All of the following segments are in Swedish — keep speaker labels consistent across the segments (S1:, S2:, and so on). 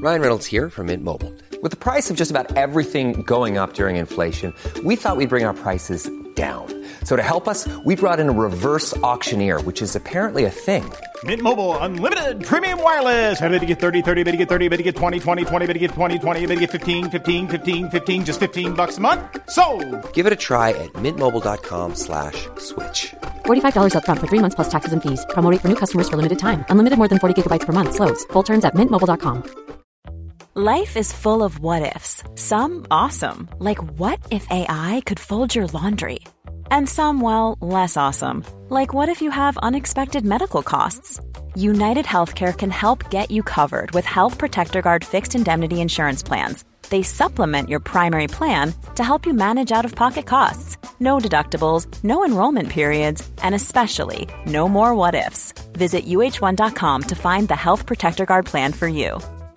S1: Ryan Reynolds here from Mint Mobile. With the price of just about everything going up during inflation, we thought we'd bring our prices down. So to help us, we brought in a reverse auctioneer, which is apparently a thing.
S2: Mint Mobile Unlimited Premium Wireless. How to get 30, 30, bit to get 30, bit to get 20, 20, 20, bit to get 20, 20, bit to get 15, 15, 15, 15, just $15 a month? Sold!
S1: Give it a try at mintmobile.com/switch.
S3: $45 up front for 3 months plus taxes and fees. Promo rate for new customers for limited time. Unlimited more than 40 gigabytes per month. Slows full terms at mintmobile.com.
S4: Life is full of what-ifs. Some awesome, like what if AI could fold your laundry? And some, well, less awesome, like what if you have unexpected medical costs? United Healthcare can help get you covered with Health Protector Guard fixed indemnity insurance plans. They supplement your primary plan to help you manage out-of-pocket costs. No deductibles, no enrollment periods, and especially no more what-ifs. Visit uh1.com to find the Health Protector Guard plan for you.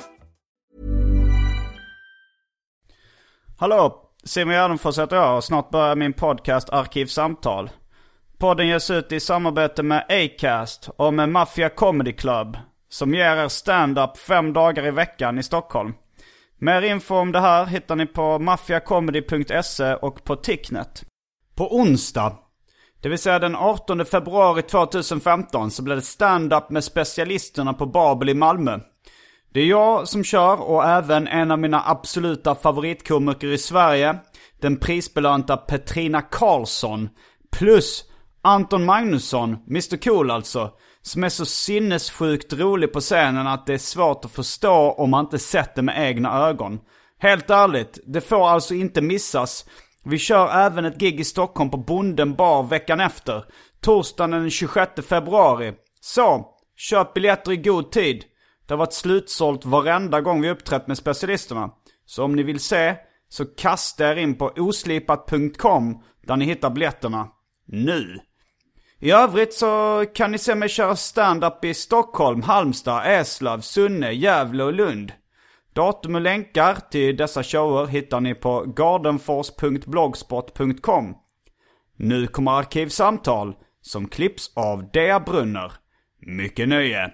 S2: Hallå, Simon Gärdenfors heter jag och snart börjar min podcast Arkivsamtal. Podden ges ut i samarbete med Acast och med Mafia Comedy Club som ger er stand-up 5 dagar i veckan i Stockholm. Mer info om det här hittar ni på mafiacomedy.se och på Ticknet. På onsdag, det vill säga den 18 februari 2015, så blir det stand-up med specialisterna på Babel i Malmö. Det är jag som kör och även en av mina absoluta favoritkomiker i Sverige, den prisbelönta Petrina Karlsson, plus Anton Magnusson, Mr. Cool alltså, som är så sinnessjukt rolig på scenen att det är svårt att förstå om man inte sett det med egna ögon. Helt ärligt, det får alltså inte missas. Vi kör även ett gig i Stockholm på Bonden Bar veckan efter, torsdagen den 26 februari. Så, köp biljetter i god tid. Det har varit slutsålt varenda gång vi uppträtt med specialisterna. Så om ni vill se, så kasta er in på oslipat.com där ni hittar biljetterna nu. I övrigt så kan ni se mig köra stand-up i Stockholm, Halmstad, Eslöv, Sunne, Gävle och Lund. Datum och länkar till dessa shower hittar ni på gardenfors.blogspot.com. Nu kommer Arkivsamtal som klipps av Dea Brunner. Mycket nöje!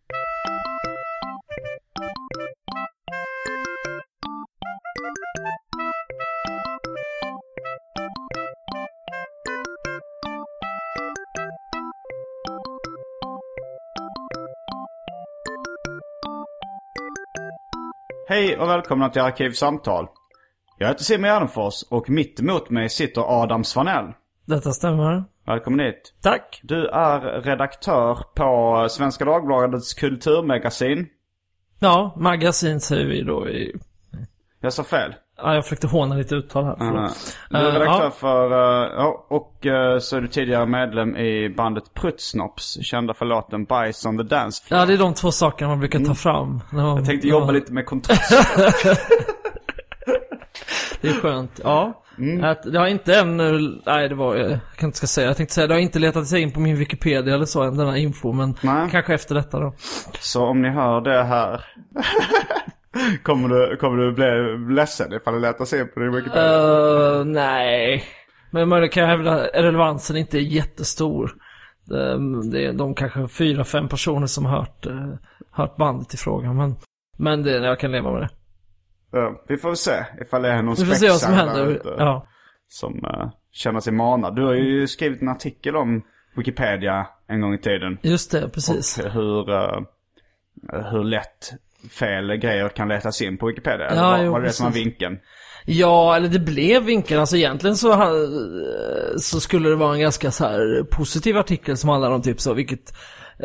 S2: Hej och välkomna till Arkivsamtal. Jag heter Simon Gärdenfors och mitt emot mig sitter Adam Svanell.
S5: Detta stämmer.
S2: Välkommen hit.
S5: Tack.
S2: Du är redaktör på Svenska Dagbladets kulturmagasin.
S5: Ja, magasin säger vi då i...
S2: Jag sa fel.
S5: Ja, jag försökte håna lite uttal här.
S2: Du är redaktör för... och så är du tidigare medlem i bandet Prutsnops, kända för låten Bice on the Dance Floor.
S5: Ja, det är de två sakerna man brukar ta fram.
S2: Jag tänkte jobba lite med kontrast.
S5: Det är skönt, ja. Det har inte än... Nej, det var... Jag kan inte säga. Jag tänkte säga, det har inte letat sig in på min Wikipedia eller så än, den här info. Men kanske efter detta då.
S2: Så om ni hör det här... Kommer du bli ledsen ifall du letar sig på din Wikipedia?
S5: Nej. Men man kan hävda relevansen inte är jättestor. Det är de kanske 4-5 personer som har hört bandet i frågan. Men jag kan leva med det.
S2: Vi får se ifall det är någon
S5: vi får se vad som händer.
S2: Som känner sig manad. Du har ju skrivit en artikel om Wikipedia en gång i tiden.
S5: Just det, precis.
S2: Och hur lätt fel grejer kan letas in på Wikipedia.
S5: Ja,
S2: var det som var vinkeln?
S5: Ja, eller det blev vinkeln. Alltså egentligen så skulle det vara en ganska så här positiv artikel som handlar om typ så vilket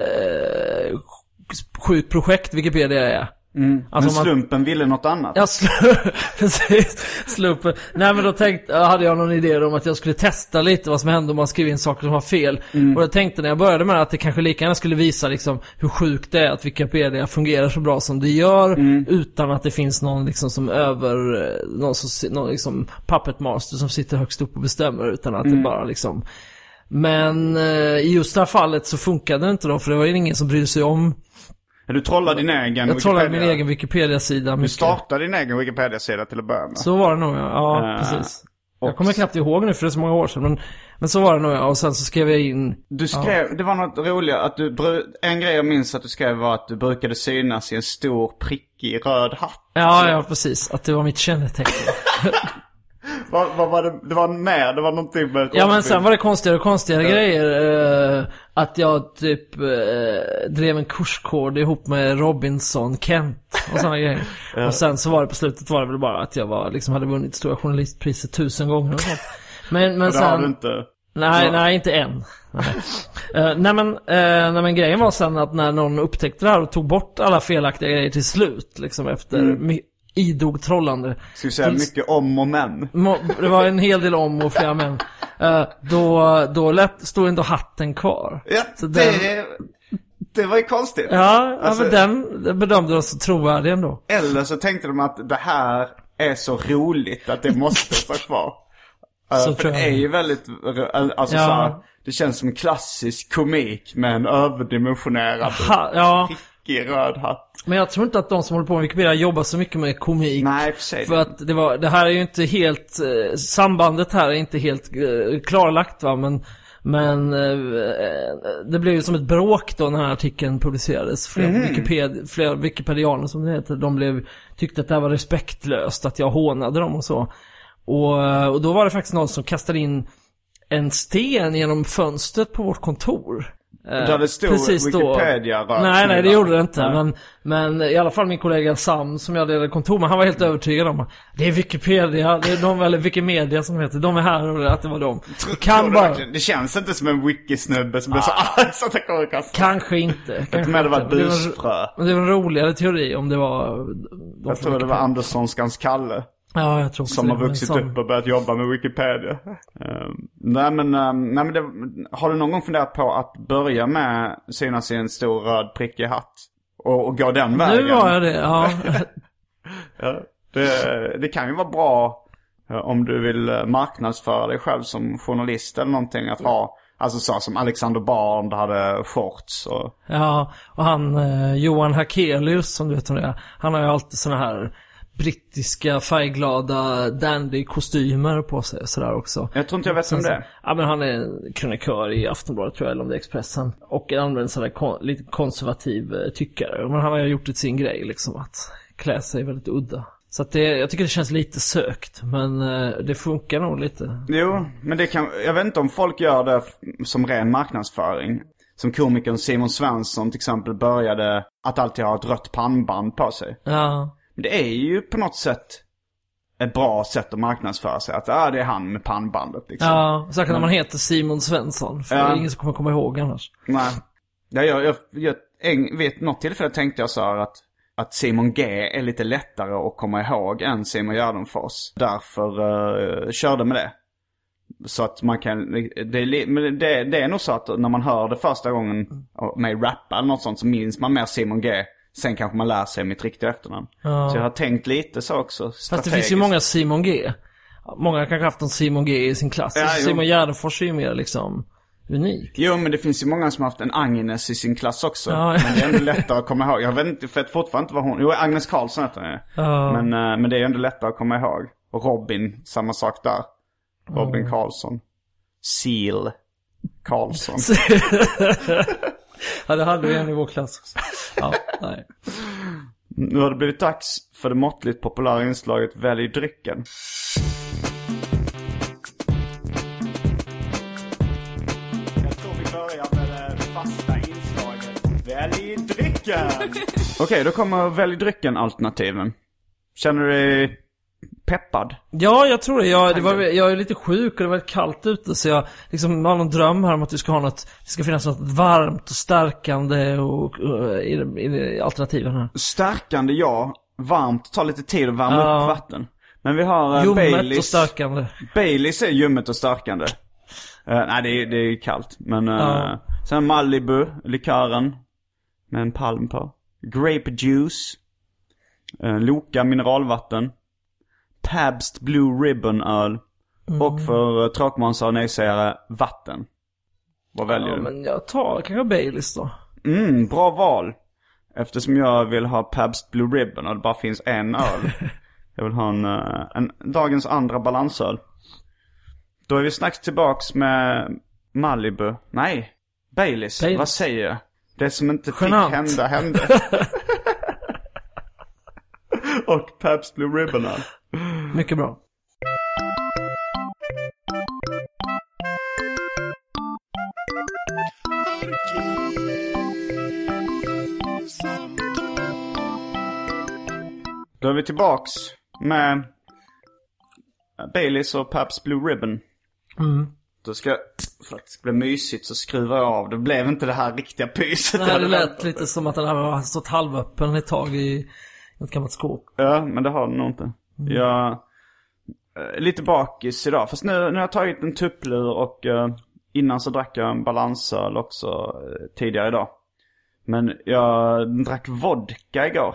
S5: sjukt projekt Wikipedia är.
S2: Alltså men slumpen ville något annat.
S5: Ja, precis. Slumpen. Nej, men då hade jag någon idé om att jag skulle testa lite vad som hände om man skrev in saker som var fel. Och jag tänkte när jag började med att det kanske lika gärna skulle visa liksom hur sjukt det är att Wikipedia fungerar så bra som det gör utan att det finns någon liksom som någon liksom puppet master som sitter högst upp och bestämmer, utan att det bara liksom. Men i just det här fallet så funkade det inte då, för det var ju ingen som brydde sig om.
S2: Du trollade din egen Wikipedia.
S5: Jag trollade min egen Wikipedia-sida.
S2: Du startade din egen Wikipedia-sida till att börja med.
S5: Så var det nog, ja precis. Jag kommer knappt ihåg nu för det är så många år sedan. Men så var det nog, och sen så skrev jag in...
S2: Du skrev, det var något roligt att en grej jag minns att du skrev var att du brukade synas i en stor prickig röd hatt.
S5: Ja, precis. Att det var mitt kännetecken.
S2: Vad var det? Det var mer, det var någonting med...
S5: Ja, men sen var det konstigare grejer. Att jag typ drev en kurskod ihop med Robinson, Kent och såna grejer. Och sen så var det på slutet var det väl bara att jag liksom hade vunnit Stora Journalistpriset 1000 gånger och sånt. Men sen...
S2: har du inte...
S5: Nej, inte än. Nej, men grejen var sen att när någon upptäckte det här och tog bort alla felaktiga grejer till slut liksom efter idog trollande.
S2: Ska vi säga mycket om och men.
S5: Det var en hel del om och flera men. Då stod ändå hatten kvar.
S2: Ja,
S5: så
S2: det var ju konstigt.
S5: Ja, alltså, men den bedömde de så trovärdig ändå.
S2: Eller så tänkte de att det här är så roligt att det måste stå kvar.
S5: Så
S2: för det är ju väldigt, alltså så här, det känns som en klassisk komik med en överdimensionerad prickig röd hatt.
S5: Men jag tror inte att de som håller på med Wikipedia jobbar så mycket med komik.
S2: Nej, för sig.
S5: För att det här är ju inte helt, sambandet här är inte helt klarlagt va, men det blev ju som ett bråk då när den här artikeln publicerades. Flera Wikipedianer som det heter, tyckte att det här var respektlöst, att jag hånade dem och så. Och då var det faktiskt någon som kastade in en sten genom fönstret på vårt kontor.
S2: Där det stod Wikipedia.
S5: Nej, det gjorde det inte. Men i alla fall min kollega Sam som jag delade kontor med, han var helt övertygad om att det är Wikipedia, det är de eller Wikimedia som heter, de är här och att det var de.
S2: Det känns inte som en wikisnubbe som blir så arg så att det kommer kasta.
S5: Kanske inte.
S2: Det var ett busfrö.
S5: Men det var en roligare teori om det var...
S2: Jag tror det var Anderssonskans Kalle.
S5: Ja, jag tror
S2: som har vuxit upp och börjat jobba med Wikipedia. Nej men har du någon gång funderat på att börja med synas i en stor röd prickig hatt och gå den vägen?
S5: Nu var jag det, ja.
S2: Ja, det kan ju vara bra om du vill marknadsföra dig själv som journalist eller någonting att ha. Alltså så som Alexander Bard hade shorts och... Ja,
S5: och han Johan Hakelius som du vet om det är, han har ju alltid såna här brittiska färgglada dandy-kostymer på sig sådär också.
S2: Jag tror inte jag vet om det.
S5: Ja, men han är krönikör i Aftonbladet tror jag, eller om det är Expressen. Och använder sådär lite konservativ tyckare. Men han har ju gjort det sin grej liksom, att klä sig väldigt udda. Så att jag tycker det känns lite sökt, men det funkar nog lite.
S2: Jo, men det kan, jag vet inte om folk gör det som ren marknadsföring. Som komikern Simon Svensson till exempel började att alltid ha ett rött pannband på sig.
S5: Ja.
S2: Det är ju på något sätt ett bra sätt att marknadsföra sig. Att det är han med pannbandet liksom.
S5: Ja, säkert när man heter Simon Svensson. För det är ingen som kommer komma ihåg annars.
S2: Nej. Jag vet något tillfälle tänkte jag så här att Simon G är lite lättare att komma ihåg än Simon Gärdenfors. Därför körde med det. Så att man kan... Det är nog så att när man hör det första gången med rappa eller något sånt så minns man mer Simon G. Sen kanske man lär sig mitt riktiga efternamn. Ja. Så jag har tänkt lite så också.
S5: Fast det finns ju många Simon G. Många kanske haft en Simon G i sin klass. Ja, Simon Gärdenfors är ju mer liksom unik.
S2: Jo, men det finns ju många som har haft en Agnes i sin klass också. Ja. Men det är ändå lättare att komma ihåg. Jag vet inte, för att fortfarande inte vad hon... Jo, Agnes Karlsson heter det. Ja. Men det är ändå lättare att komma ihåg. Och Robin, samma sak där. Robin Karlsson. Seal Karlsson.
S5: Ja, det hade vi en i vår klass också. Ja, nej.
S2: Nu har det blivit dags för det måttligt populära inslaget Välj drycken. Jag tror vi börjar med det fasta inslaget Välj drycken. Okej, då kommer Välj drycken-alternativen. Känner du dig peppad?
S5: Ja, jag tror det. Jag är lite sjuk och det var väldigt kallt ute, så jag liksom har någon dröm här om att det ska finnas något varmt och stärkande i alternativen här. Stärkande,
S2: ja. Varmt tar lite tid att värma upp vatten. Men vi har
S5: ljummet
S2: Baileys
S5: och stärkande.
S2: Baileys är ljummet och stärkande. Nej, det är kallt. Men sen Malibu, likören med en palm på. Grape juice. Loka mineralvatten. Pabst Blue Ribbon öl. Och för tråkmånsar och nejsägare vatten. Vad väljer du?
S5: Men jag tar kanske Baileys då.
S2: Bra val. Eftersom jag vill ha Pabst Blue Ribbon och det bara finns en öl. Jag vill ha en dagens andra balansöl. Då är vi snacks tillbaks med Malibu. Nej, Baileys. Vad säger jag? Det som inte
S5: Genant.
S2: fick hända. Och Pabst Blue Ribbon.
S5: Mycket bra.
S2: Då är vi tillbaks med Baileys och Pabst Blue Ribbon. Då ska, för att det ska bli mysigt, så skruvar jag av. Det blev inte det här riktiga pyset.
S5: Nej, det lät lite som att den här har stått halvöppen ett tag i ett gammalt skåp.
S2: Ja, men det har den nog inte. Jag är lite bakis idag. Fast nu har jag tagit en tupplur och innan så drack jag en balansöl också tidigare idag. Men jag drack vodka igår.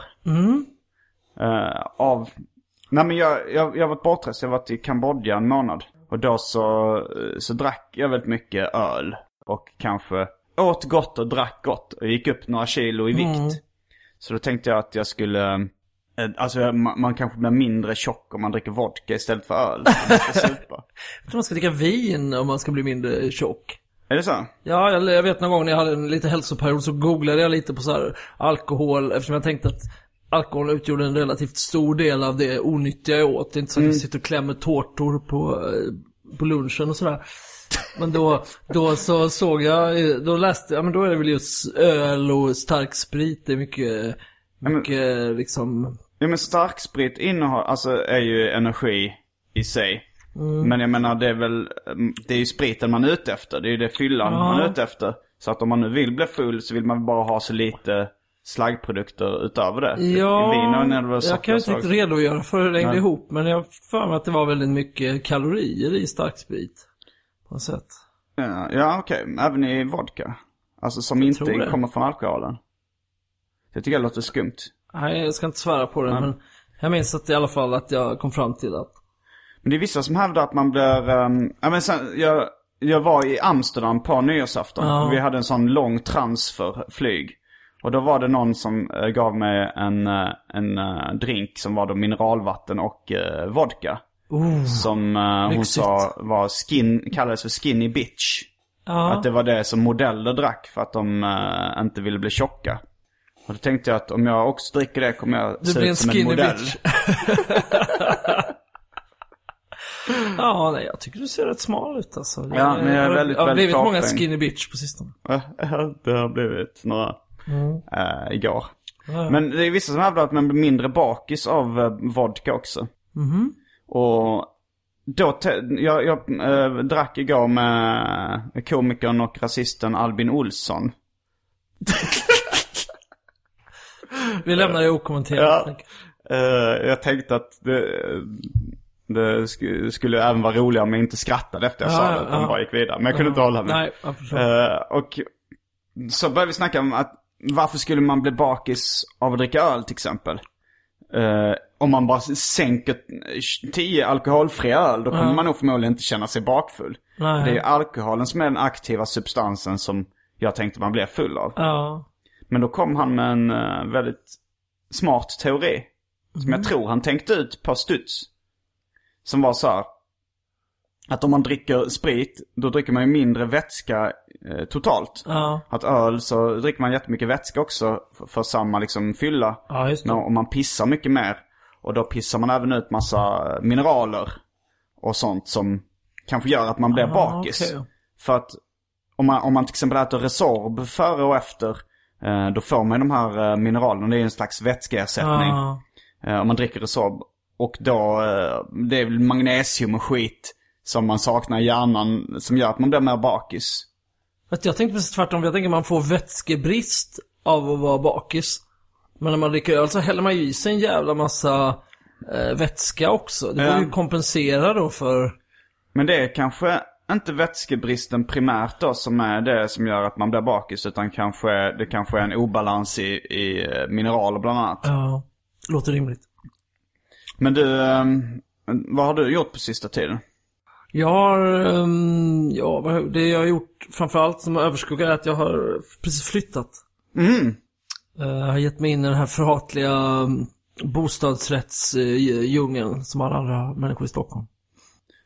S2: Nej, men jag varit bortrest. Jag har varit i Kambodja en månad. Och då så drack jag väldigt mycket öl. Och kanske åt gott och drack gott. Och gick upp några kilo i vikt. Så då tänkte jag att jag skulle... Alltså man kanske blir mindre tjock om man dricker vodka istället för öl.
S5: Jag tror man ska dricka vin om man ska bli mindre tjock.
S2: Är det så?
S5: Ja, jag vet någon gång när jag hade en lite hälsoperiod så googlade jag lite på så här alkohol. Eftersom jag tänkte att alkohol utgjorde en relativt stor del av det onyttiga jag åt. Det är inte så att jag sitter och klämmer tårtor på lunchen och sådär. Men då så såg jag, då läste jag, men då är det väl just öl och stark sprit. Det är mycket liksom...
S2: Ja, men stark sprit är ju energi i sig. Men jag menar, det är ju spriten man är ute efter. Det är ju det fyllan man är ute efter. Så att om man nu vill bli full så vill man bara ha så lite slaggprodukter utöver det.
S5: Ja,
S2: jag
S5: kan ju inte riktigt redogöra för hur det hängde ihop. Men jag för mig att det var väldigt mycket kalorier i stark sprit. På något sätt.
S2: Ja, okej. Även i vodka. Alltså som inte kommer från alkoholen. Jag tycker det låter skumt.
S5: Nej, jag ska inte svära på det. Men jag minns att i alla fall att jag kom fram till att...
S2: Men det är vissa som hävdar att man blir... jag var i Amsterdam på nyårsafton. Och vi hade en sån lång transferflyg. Och då var det någon som gav mig en drink som var då mineralvatten och vodka. Som hon sa kallades för skinny bitch. Att det var det som modeller drack för att de inte ville bli tjocka. Och då tänkte jag att om jag också dricker det kommer jag se ut som en modell.
S5: Ja, nej, jag tycker du ser rätt smal ut alltså.
S2: Men jag är väldigt,
S5: har blivit
S2: väldigt
S5: många skinny bitch på sistone.
S2: Det har blivit några igår. Men det är vissa som hävdar att man blir mindre bakis av vodka också. Och då jag drack igår med komikern och rasisten Albin Olsson.
S5: Vi lämnar det okommenterat.
S2: Jag tänkte att det skulle även vara roligare om jag inte skrattade efter jag sa det. Utan bara gick vidare. Men jag kunde inte hålla mig.
S5: Nej, jag förstår.
S2: Och så började vi snacka om att varför skulle man bli bakis av att dricka öl till exempel? Om man bara sänker 10 alkoholfria öl, då kommer man nog förmodligen inte känna sig bakfull. Nej. Det är alkoholen som är den aktiva substansen som jag tänkte man blev full av. Men då kom han med en väldigt smart teori som jag tror han tänkte ut på studs. Som var så här, att om man dricker sprit, då dricker man ju mindre vätska totalt. Att öl så dricker man jättemycket vätska också för samma liksom fylla.
S5: Just det.
S2: Men om man pissar mycket mer, och då pissar man även ut massa mineraler och sånt som kanske gör att man blir bakis. Okay. För att om man till exempel äter Resorb före och efter, då får man de här mineralerna. Det är en slags vätskeersättning. Om man dricker Resorb. Och då, det är väl magnesium och skit som man saknar i hjärnan som gör att man blir mer bakis.
S5: Jag tänkte precis tvärtom. Jag tänker man får vätskebrist av att vara bakis. Men när man dricker öl så häller man ju i sig en jävla massa vätska också. Det får ju kompensera då för... Men
S2: det är kanske inte vätskebristen primärt då som är det som gör att man blir bakis. Utan det kanske är en obalans i mineraler bland annat.
S5: Ja, låter rimligt.
S2: Men du, vad har du gjort på sista tiden?
S5: Jag har, det jag har gjort framförallt som har överskuggat är att jag har precis flyttat. Jag har gett mig in i den här förhatliga bostadsrättsdjungeln som alla andra människor i Stockholm.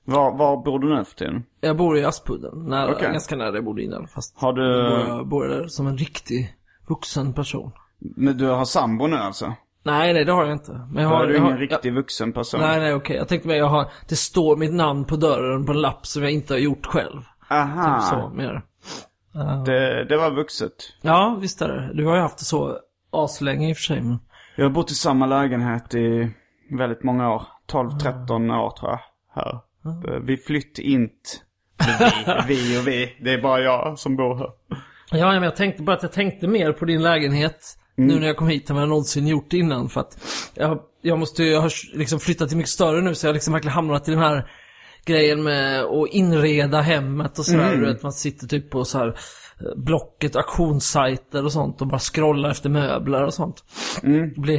S2: Var bor du nu för tiden?
S5: Jag bor i Aspudden, ganska nära jag bodde innan. Fast
S2: har du...
S5: jag bor där som en riktig vuxen person.
S2: Men du har sambo nu alltså?
S5: Nej, det har jag inte. Men
S2: jag har du ingen riktig vuxen person?
S5: Nej, okej. Jag tänkte mig, det står mitt namn på dörren på en lapp som jag inte har gjort själv.
S2: Aha.
S5: Typ så, mer.
S2: Det var vuxet.
S5: Ja, visst är det. Du har ju haft det så aslänge i och för sig. Men...
S2: Jag har bott i samma lägenhet i väldigt många år. 12-13 år tror jag. Här. Vi flytt inte. Vi. Det är bara jag som bor här.
S5: Ja, men jag tänkte mer på din lägenhet nu när jag kom hit än vad jag någonsin gjort innan. För att jag har liksom flyttat till mycket större nu, så jag har liksom verkligen hamnat i den här grejen med att inreda hemmet och sådär. Du vet, man sitter typ på så här Blocket, auktionssajter och sånt och bara scrollar efter möbler och sånt. Blir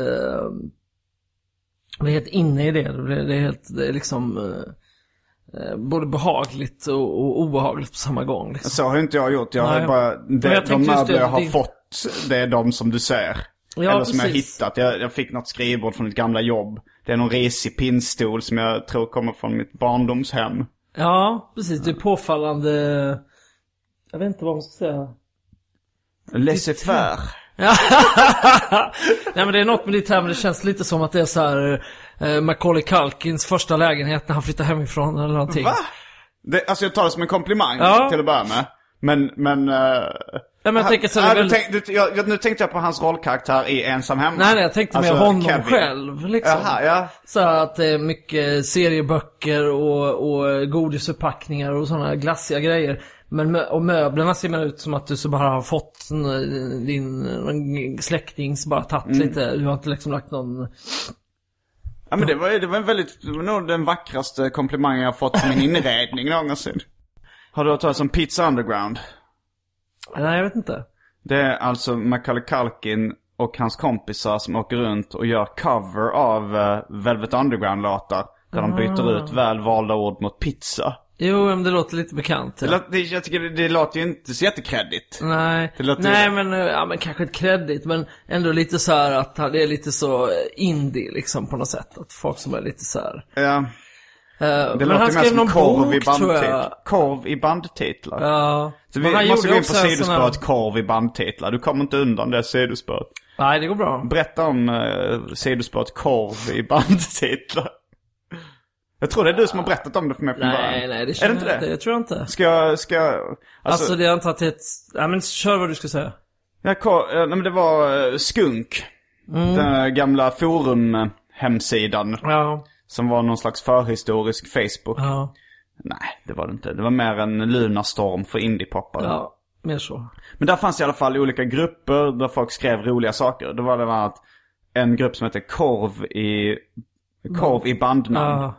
S5: helt inne i det. Det är liksom både behagligt och obehagligt på samma gång liksom.
S2: Så har inte jag gjort. Jag har bara de möbler jag har fått, det är de som du ser.
S5: Ja,
S2: eller som jag hittat. Jag fick något skrivbord från ett gamla jobb. Det är någon risig pinnstol som jag tror kommer från mitt barndomshem.
S5: Ja, precis. Det är påfallande. Jag vet inte vad man ska säga.
S2: Laissez-faire.
S5: Nej, men det är något med ditt hem. Det känns lite som att det är så här Macaulay Culkins första lägenhet när han flyttar hemifrån eller någonting.
S2: Va? Alltså jag tar det som en komplimang till att börja med. Men
S5: jag tänker så
S2: nu tänkte jag på hans rollkaraktär i Ensam hemma.
S5: Nej, jag tänkte med honom
S2: Kevin.
S5: själv liksom.
S2: Jaha, ja.
S5: Så att det är mycket serieböcker och godisförpackningar och sådana glassiga grejer. Och möblerna ser man ut som att du så bara har fått din släktings bara tagit lite. Du har inte liksom lagt någon...
S2: Ja, men det var nog den vackraste komplimangen jag fått för min inredning någonsin. Har du hört talas om Pizza Underground?
S5: Nej, jag vet inte.
S2: Det är alltså Macaulay Culkin och hans kompisar som åker runt och gör cover av Velvet Underground-låtar. Där de byter ut välvalda ord mot pizza.
S5: Jo, men det låter lite bekant. Ja.
S2: Jag tycker det låter ju inte så jättekreddigt.
S5: Nej, men kanske ett kredit. Men ändå lite så här att det är lite så indie liksom på något sätt. Att folk som är lite så här...
S2: Ja. Det
S5: men han skrev någon bok,
S2: korv i bandtitlar.
S5: Ja.
S2: Så vi måste gå in på sidospåret korv i bandtitlar. Du kommer inte undan det sidospåret.
S5: Nej, det går bra.
S2: Berätta om sidospåret korv i bandtitlar. Jag tror det är du som har berättat om det för mig från början.
S5: Nej, det känner jag inte. Det tror jag inte.
S2: Ska jag...
S5: Alltså det är inte att det... Ja, men kör vad du ska säga.
S2: Men det var Skunk. Den gamla forum-hemsidan.
S5: Ja.
S2: Som var någon slags förhistorisk Facebook.
S5: Ja.
S2: Nej, det var det inte. Det var mer en lunarstorm för indiepoppare.
S5: Ja, mer så.
S2: Men där fanns i alla fall olika grupper där folk skrev roliga saker. Det var bland annat en grupp som hette Korv i bandnamn.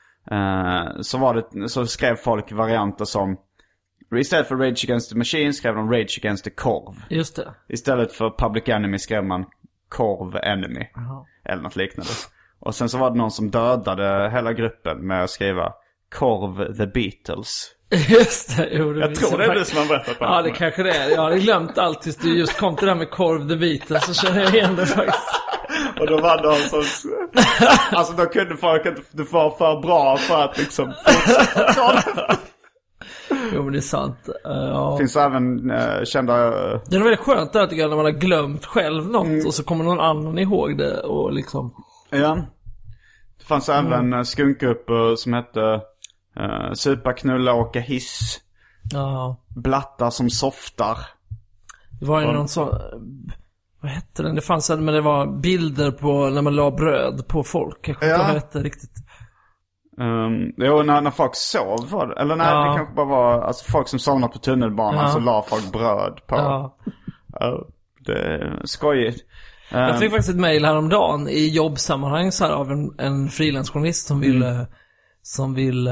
S2: Så skrev folk varianter som istället för Rage Against the Machine skrev de Rage Against the Korv.
S5: Just det.
S2: Istället för Public Enemy skrev man Korv Enemy. Eller något liknande. Och sen så var det någon som dödade hela gruppen med att skriva Korv the Beatles.
S5: Just det,
S2: jag tror det är du som har berättat på.
S5: Ja, det kanske det är. Jag hade glömt allt tills du just kom till det här med Korv the Beatles. Så känner jag igen det faktiskt.
S2: Och då var det som... Alltså då kunde folk inte vara för bra för att liksom fortsätta.
S5: Jo, men det är sant. Ja.
S2: Finns även kända...
S5: Det är väldigt skönt där, tycker jag, när man har glömt själv något och så kommer någon annan ihåg det och liksom...
S2: Ja. Det fanns även skunkgrupper som hette Supa, knulla, åka hiss.
S5: Ja.
S2: Blattar som softar.
S5: Det var ju någon sån... Vad hette den? Det fanns men det var bilder på när man la bröd på folk. Jag kommer inte ihåg vad det hette riktigt.
S2: Jo, när folk sov var det. Eller nej, det kanske bara var alltså, folk som somnade på tunnelbanan så la folk bröd på. Det är skojigt.
S5: Jag fick faktiskt ett mejl häromdagen i jobbsammanhang så här, av en frilansjournalist som vill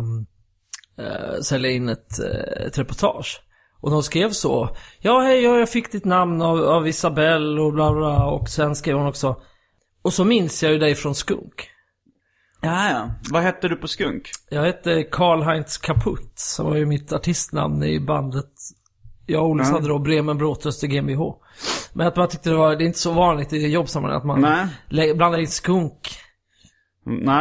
S5: sälja in ett reportage. Och de skrev så: ja, hej, jag fick ditt namn av Isabelle och bla bla. Och sen skrev hon också: och så minns jag ju dig från Skunk.
S2: Ja. Vad hette du på Skunk? Jag
S5: hette Karl-Heinz Kaputt, som var ju mitt artistnamn i bandet. Jag och Olle hade då Bremen Bråtröster GmbH. Men att man tyckte det är inte så vanligt i jobbsammanhang att man blandar in Skunk.
S2: Nej,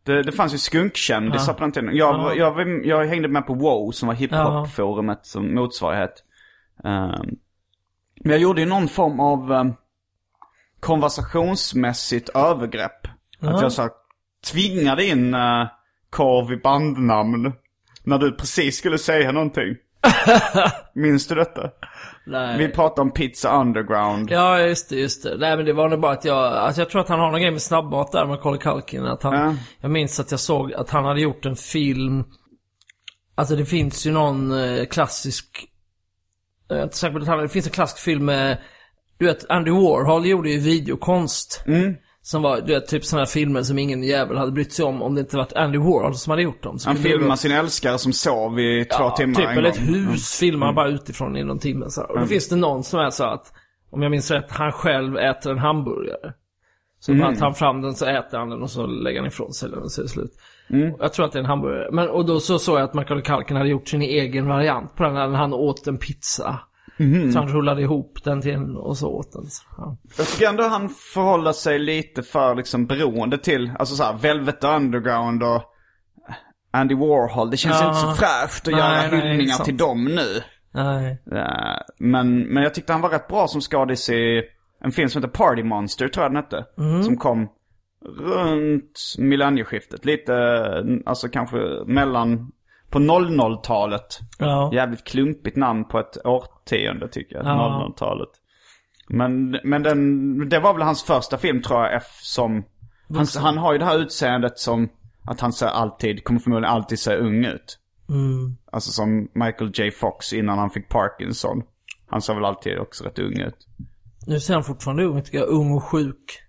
S2: Det fanns ju skunkkändisar på den tiden. Jag hängde med på WoW som var hiphop-forumet som motsvarighet. Men jag gjorde ju någon form av konversationsmässigt övergrepp. Att jag så tvingade in korv i bandnamn när du precis skulle säga någonting. Minns du detta?
S5: Nej.
S2: Vi pratade om Pizza Underground.
S5: Ja, just det. Nej, men det var nog bara att jag tror att han har någon grej med snabbmat där med Macaulay Culkin. Att han, jag minns att jag såg att han hade gjort en film. Alltså det finns ju någon klassisk... Jag är inte säker på detaljer. Det finns en klassisk film med... Du vet, Andy Warhol gjorde ju videokonst. Som var, du vet, typ sådana här filmer som ingen jävel hade brytt sig om det inte varit Andy Warhol som hade gjort dem. Så
S2: han filmar sin älskare som sov i 2 timmar
S5: typ,
S2: en
S5: eller
S2: gång.
S5: ett hus filmar bara utifrån i någon timme. Så. Och då finns det någon som är så att, om jag minns rätt, han själv äter en hamburgare. Så bara tar han fram den, så äter han den och så lägger han ifrån sig den och så är det slut. Jag tror att det är en hamburgare. Men, och då så såg jag att Macaulay Culkin hade gjort sin egen variant på den när han åt en pizza. Så han rullade ihop den till en och så åt den. Ja.
S2: Jag tycker ändå han förhåller sig lite för liksom beroende till, alltså så här, Velvet Underground och Andy Warhol. Det känns inte så fräscht att göra hyllningar till dem nu.
S5: Nej.
S2: Men jag tyckte han var rätt bra som skådis i en film som heter Party Monster, tror jag den hette. Som kom runt millennieskiftet. Lite, alltså kanske på 00-talet. Ja. Jävligt klumpigt namn på ett årtionde tycker jag. 00-talet. Men det var väl hans första film, tror jag. Som han har ju det här utseendet som att han kommer förmodligen alltid se ung ut. Alltså som Michael J. Fox innan han fick Parkinson. Han ser väl alltid också rätt ung ut.
S5: Nu ser han fortfarande ung, tycker jag. Ung och sjuk.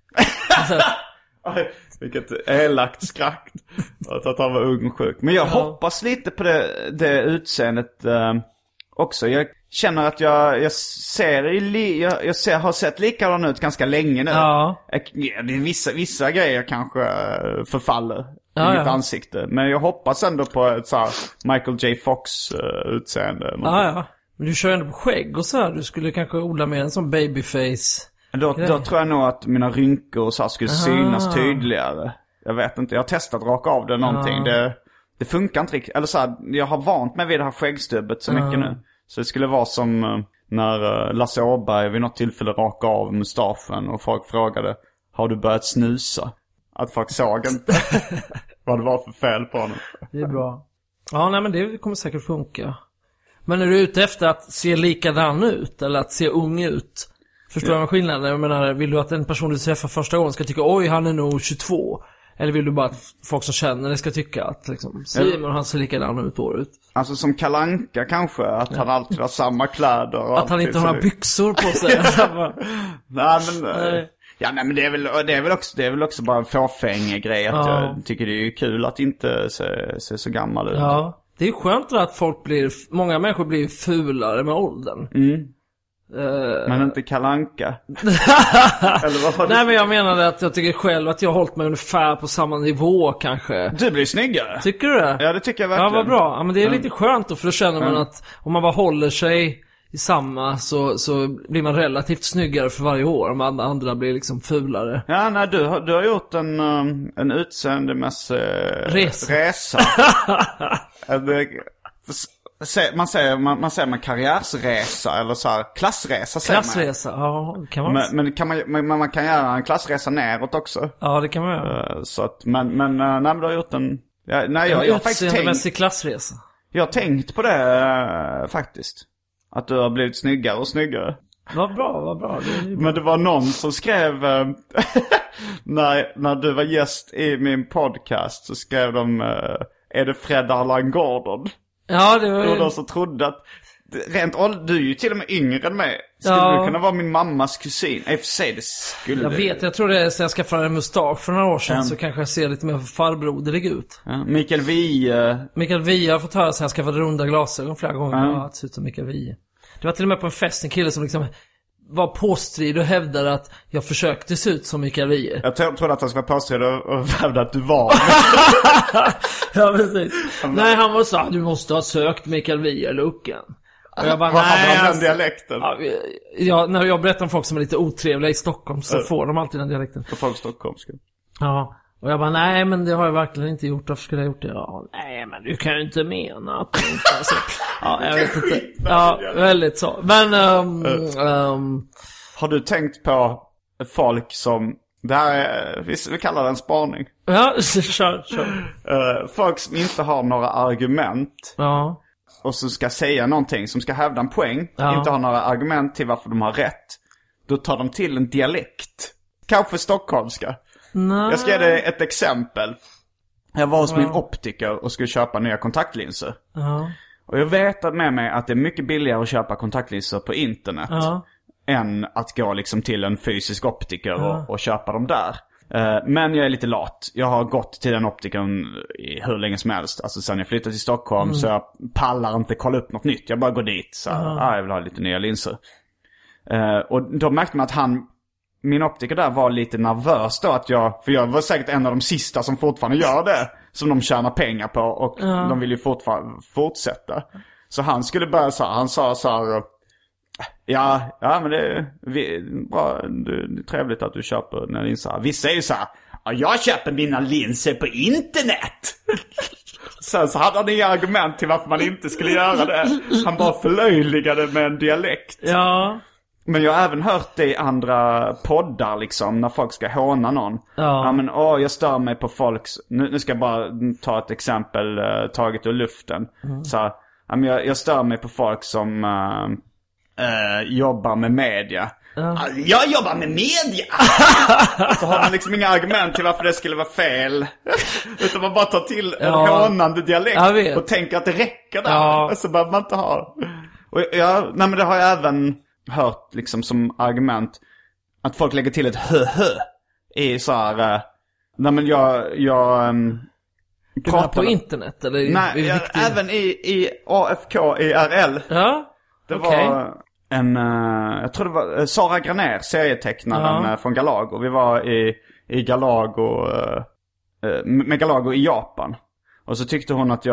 S2: Vilket elakt skratt att han var ung och sjuk. Men jag hoppas lite på det utseendet också. Jag känner att jag har sett likadan ut ganska länge nu. Det är vissa grejer kanske förfaller i mitt ansikte. Men jag hoppas ändå på ett så här Michael J. Fox utseende.
S5: Men du kör ändå på skägg och så här. Du skulle kanske odla med en sån babyface.
S2: Då tror jag nog att mina rynkor och så här skulle synas tydligare. Jag vet inte, jag har testat raka av det någonting. Det funkar inte riktigt. Eller så här, jag har vant mig vid det här skäggstubbet så mycket nu. Så det skulle vara som när Lasse Åberg vid något tillfälle raka av mustaschen och folk frågade: har du börjat snusa? Att folk såg inte vad det var för fel på honom.
S5: Det är bra. Ja, nej, men det kommer säkert funka. Men är du ute efter att se likadan ut eller att se ung ut? Förstår du vad skillnaden? Jag menar, vill du att en person du träffar första gången ska tycka oj, han är nog 22? Eller vill du bara att folk som känner det ska tycka att liksom, Simon han ser likadan ut år ut? Alltså
S2: som Kalle Anka kanske, att han alltid har samma kläder och
S5: att han inte har några byxor på sig.
S2: Nej men det är väl också bara en fåfäng grej att jag tycker det är kul att inte se så gammal ut.
S5: Ja, det är skönt att många människor blir fulare med åldern.
S2: Men inte Kalle Anka.
S5: Nej, men jag menade att jag tycker själv att jag har hållit mig ungefär på samma nivå kanske.
S2: Du blir snyggare.
S5: Tycker du det?
S2: Ja, det tycker jag verkligen.
S5: Ja, vad bra. Ja, men det är lite skönt då, för då känner man att om man bara håller sig i samma så blir man relativt snyggare för varje år. Om andra blir liksom fulare.
S2: Ja, nej, du har gjort en utseendemässig resa. Man säger karriärsresa eller så här klassresa säger
S5: klassresa, ja, kan man.
S2: Men man kan göra en klassresa neråt också.
S5: Ja, det kan man göra.
S2: Så att men du har gjort jag har faktiskt tänkt
S5: klassresa.
S2: Jag har tänkt på det faktiskt. Att du har blivit snyggare och snyggare.
S5: Vad bra.
S2: Men det var någon som skrev när du var gäst i min podcast så skrev de är det Fred Allan Gordon?
S5: Ja, det var ju...
S2: Och de som trodde att du är ju till och med yngre än mig. Skulle du kunna vara min mammas kusin? I och för sig, det skulle
S5: jag vet, jag tror det är så jag skaffade en mustasch för några år sedan så kanske jag ser lite mer farbroderlig ut.
S2: Mikael Wiehe
S5: har fått höra så jag skaffade runda glasögon flera gånger. Att se ut som Mikael Wiehe. Det var till och med på en fest en kille som liksom var påstrid och hävdade att jag försökte se ut som Mikael Wiehe.
S2: Jag trodde att han skulle vara påstrid och hävda att du var.
S5: Ja, precis. Nej, han var så du måste ha sökt Mikael Wiehe eller Ucken. Och jag bara,
S2: den dialekten.
S5: Ja, när jag berättar om folk som är lite otrevliga i Stockholm så får de alltid den dialekten.
S2: På folk stockholmska.
S5: Ja. Och jag bara, nej men det har jag verkligen inte gjort. Varför skulle jag gjort det? Ja, nej men du kan ju inte mena att du inte... Alltså, ja, jag vet inte. Ja, väldigt så. Men...
S2: Har du tänkt på folk som... Det här är, vi kallar det en spaning.
S5: Ja, kör.
S2: Folk som inte har några argument.
S5: Ja.
S2: Och som ska säga någonting, som ska hävda en poäng.
S5: Ja.
S2: Inte har några argument till varför de har rätt. Då tar de till en dialekt. Kanske stockholmska.
S5: Nej.
S2: Jag ska ge dig ett exempel. Jag var hos min optiker och skulle köpa nya kontaktlinser.
S5: Ja.
S2: Och jag vet med mig att det är mycket billigare att köpa kontaktlinser på internet.
S5: Ja.
S2: Än att gå liksom till en fysisk optiker och köpa dem där. Men jag är lite lat. Jag har gått till den optikern i hur länge som helst. Alltså sen jag flyttade till Stockholm så jag pallar inte kolla upp något nytt. Jag bara går dit så jag vill ha lite nya linser. Och då märkte man att min optiker där var lite nervös då för jag var säkert en av de sista som fortfarande gör det. Som de tjänar pengar på och de vill ju fortfarande fortsätta. Så han skulle börja han sa så här: Ja, men det är bra, det är trevligt att du köper dina linser. Vissa är ju så här: ja, jag köper mina linser på internet. Sen så hade han inga argument till varför man inte skulle göra det. Han bara förlöjligade med en dialekt.
S5: Ja.
S2: Men jag har även hört det i andra poddar liksom, när folk ska håna någon. Ja men jag stör mig på folks... Nu ska jag bara ta ett exempel taget ur luften. Så jag stör mig på folk som jobbar med media. Jag jobbar med media! Så har man liksom inga argument till varför det skulle vara fel. Utan man bara tar till en hånande dialekt och tänker att det räcker där. Så behöver man inte ha... Och nej men det har jag även hört liksom som argument att folk lägger till ett hö i så här... nej men jag
S5: pratar på internet eller?
S2: Nej, även i AFK IRL.
S5: Ja.
S2: Det var jag tror det var Sara Graner, serietecknaren från Galago. Vi var i Galago med Galago i Japan. Och så tyckte hon att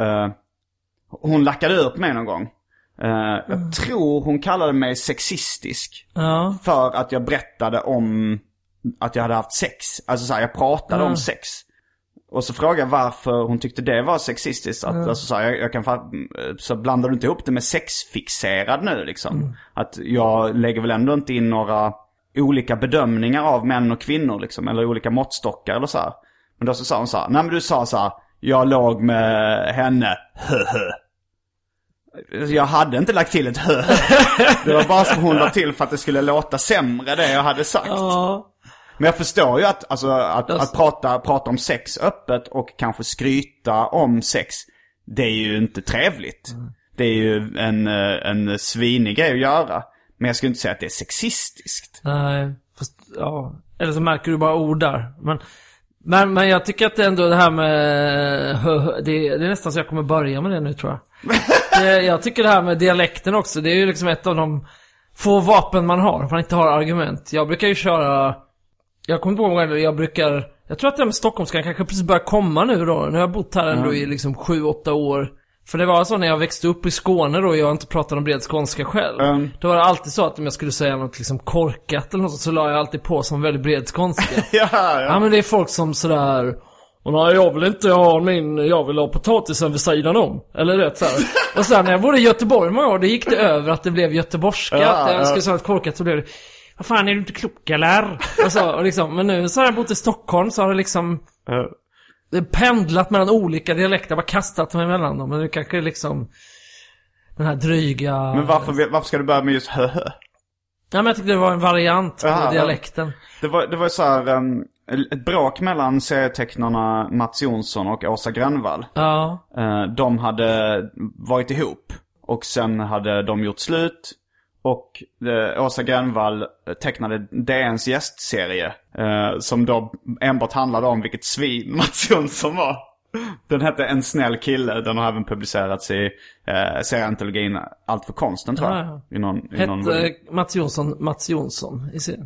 S2: hon lackade upp mig någon gång. Jag tror hon kallade mig sexistisk. För att jag berättade om att jag hade haft sex. Alltså så här, jag pratade om sex. Och så frågade jag varför hon tyckte det var sexistiskt. Alltså så här, jag kan så blandar du inte ihop det med sexfixerad nu liksom. Att jag lägger väl ändå inte in några olika bedömningar av män och kvinnor liksom, eller olika måttstockar eller så här. Men då så sa hon så här: nej men du sa så här: jag låg med henne. Jag hade inte lagt till ett hö. Det var bara som hon la till för att det skulle låta sämre det jag hade sagt. Men jag förstår ju att prata om sex öppet och kanske skryta om sex, det är ju inte trevligt. Det är ju en svinig grej att göra. Men jag skulle inte säga att det är sexistiskt.
S5: Nej, fast, eller så märker du bara ord där. Men jag tycker att det ändå det här med det är nästan så jag kommer börja med det nu tror jag. Jag tycker det här med dialekten också, det är ju liksom ett av de få vapen man har. Man inte har argument. Jag brukar ju köra... Jag kommer ihåg jag tror att det med stockholmskan kanske precis börjar komma nu då. Nu har jag bott här ändå i liksom 7-8 år. För det var så när jag växte upp i Skåne då, jag inte pratade om bred skånska själv. Då var det alltid så att om jag skulle säga något liksom korkat eller något så la jag alltid på som väldigt bred skånska. Ja men det är folk som sådär... Och nej, jag vill ha potatisen vid sidan om. Eller rätt så här. Och sen när jag bodde i Göteborg många år, det gick det över att det blev göteborgska. Att jag skulle säga att korkat så blev det... Vad fan, är du inte klok eller? Och liksom, men nu så har jag bott i Stockholm så har det liksom... Det pendlat mellan olika dialekter. Bara kastat mig emellan dem. Men det kanske är liksom... Den här dryga...
S2: Men varför ska du börja med just hö?
S5: Ja men jag tyckte det var en variant på dialekten.
S2: Det var så här... ett bråk mellan serietecknarna Mats Jonsson och Åsa Grönvall. De hade varit ihop. Och sen hade de gjort slut. Och Åsa Grönvall tecknade DNs gästserie. Som då enbart handlade om vilket svin Mats Jonsson var. Den hette En snäll kille. Den har även publicerats i serieantologin Allt för konsten tror jag.
S5: Hette Mats Jonsson i serien?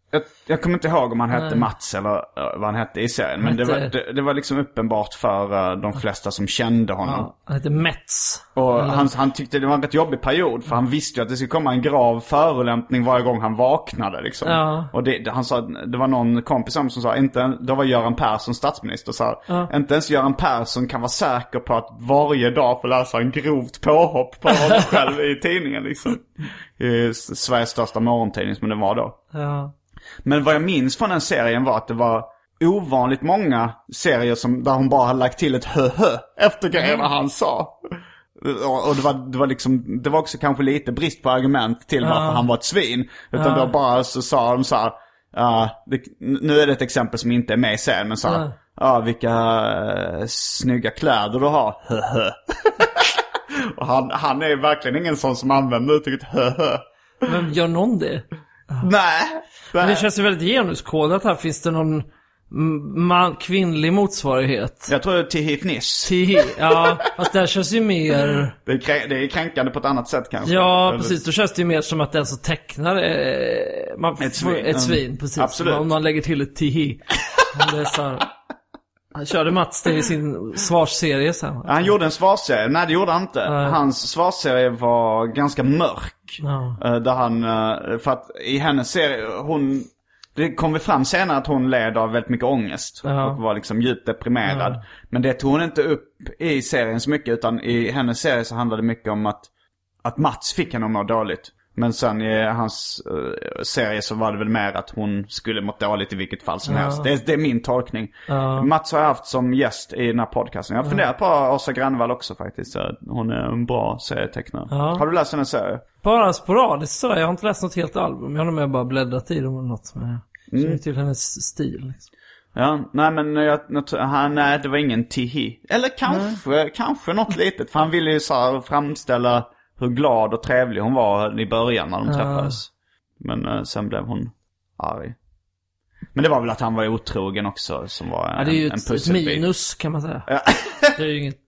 S2: Jag kommer inte ihåg om han hette Mats eller vad han hette i serien. Men det var liksom uppenbart för de flesta som kände honom.
S5: Ja, han hette Mets.
S2: Och han tyckte det var en rätt jobbig period. För han visste ju att det skulle komma en grav förolämpning varje gång han vaknade liksom.
S5: Ja.
S2: Och han sa, det var någon kompis som sa, då var Göran Persson statsminister. Så inte ens Göran Persson kan vara säker på att varje dag få läsa en grovt påhopp på honom själv i tidningen liksom. I Sveriges största morgontidning som det var då.
S5: Ja. Men
S2: vad jag minns från den serien var att det var ovanligt många serier där hon bara hade lagt till ett hö efter grejerna han sa. Och det var också kanske lite brist på argument till varför han var ett svin. Utan då bara så sa de så här, nu är det ett exempel som inte är med i serien, men så här, vilka snygga kläder du har. Och han är verkligen ingen sån som använder uttrycket hö.
S5: Men gör någon det?
S2: Nej.
S5: Men det känns ju väldigt genuskodat här. Finns det någon kvinnlig motsvarighet?
S2: Jag tror det är Tihi-fniss.
S5: Ja, fast det känns ju mer...
S2: Det är kränkande på ett annat sätt kanske.
S5: Ja, precis. Då känns det ju mer som att den som tecknar ett svin. Precis.
S2: Absolut.
S5: Om man lägger till ett tihi. Det är så här... Han körde Mats det i sin svarsserie sen.
S2: Han gjorde en svarsserie. Nej, det gjorde han inte. Hans svarsserie var ganska mörk. Där han, för att i hennes serie, det kom vi fram senare att hon led av väldigt mycket ångest. Och var liksom djupt deprimerad. Men det tog hon inte upp i serien så mycket. Utan i hennes serie så handlade det mycket om att Mats fick henne att må dåligt. Men sen i hans serie så var det väl mer att hon skulle må dåligt i vilket fall som helst. Det är min tolkning. Mats har jag haft som gäst i den här podcasten. Jag har funderat på Åsa Grönvall också faktiskt. Hon är en bra serietecknare. Har du läst hennes serie?
S5: Bara sporadiskt så. Jag har inte läst något helt album. Jag har nog med bara bläddrat i dem eller något. Men jag känner till hennes stil liksom.
S2: Ja, nej men nej, det var ingen tihi. Eller kanske något litet. För han ville ju så här framställa hur glad och trevlig hon var i början när de träffades. Men sen blev hon arg. Men det var väl att han var otrogen också som var en pusselbit. Det är ju ett minus kan man säga. Ja. Det är ju inget.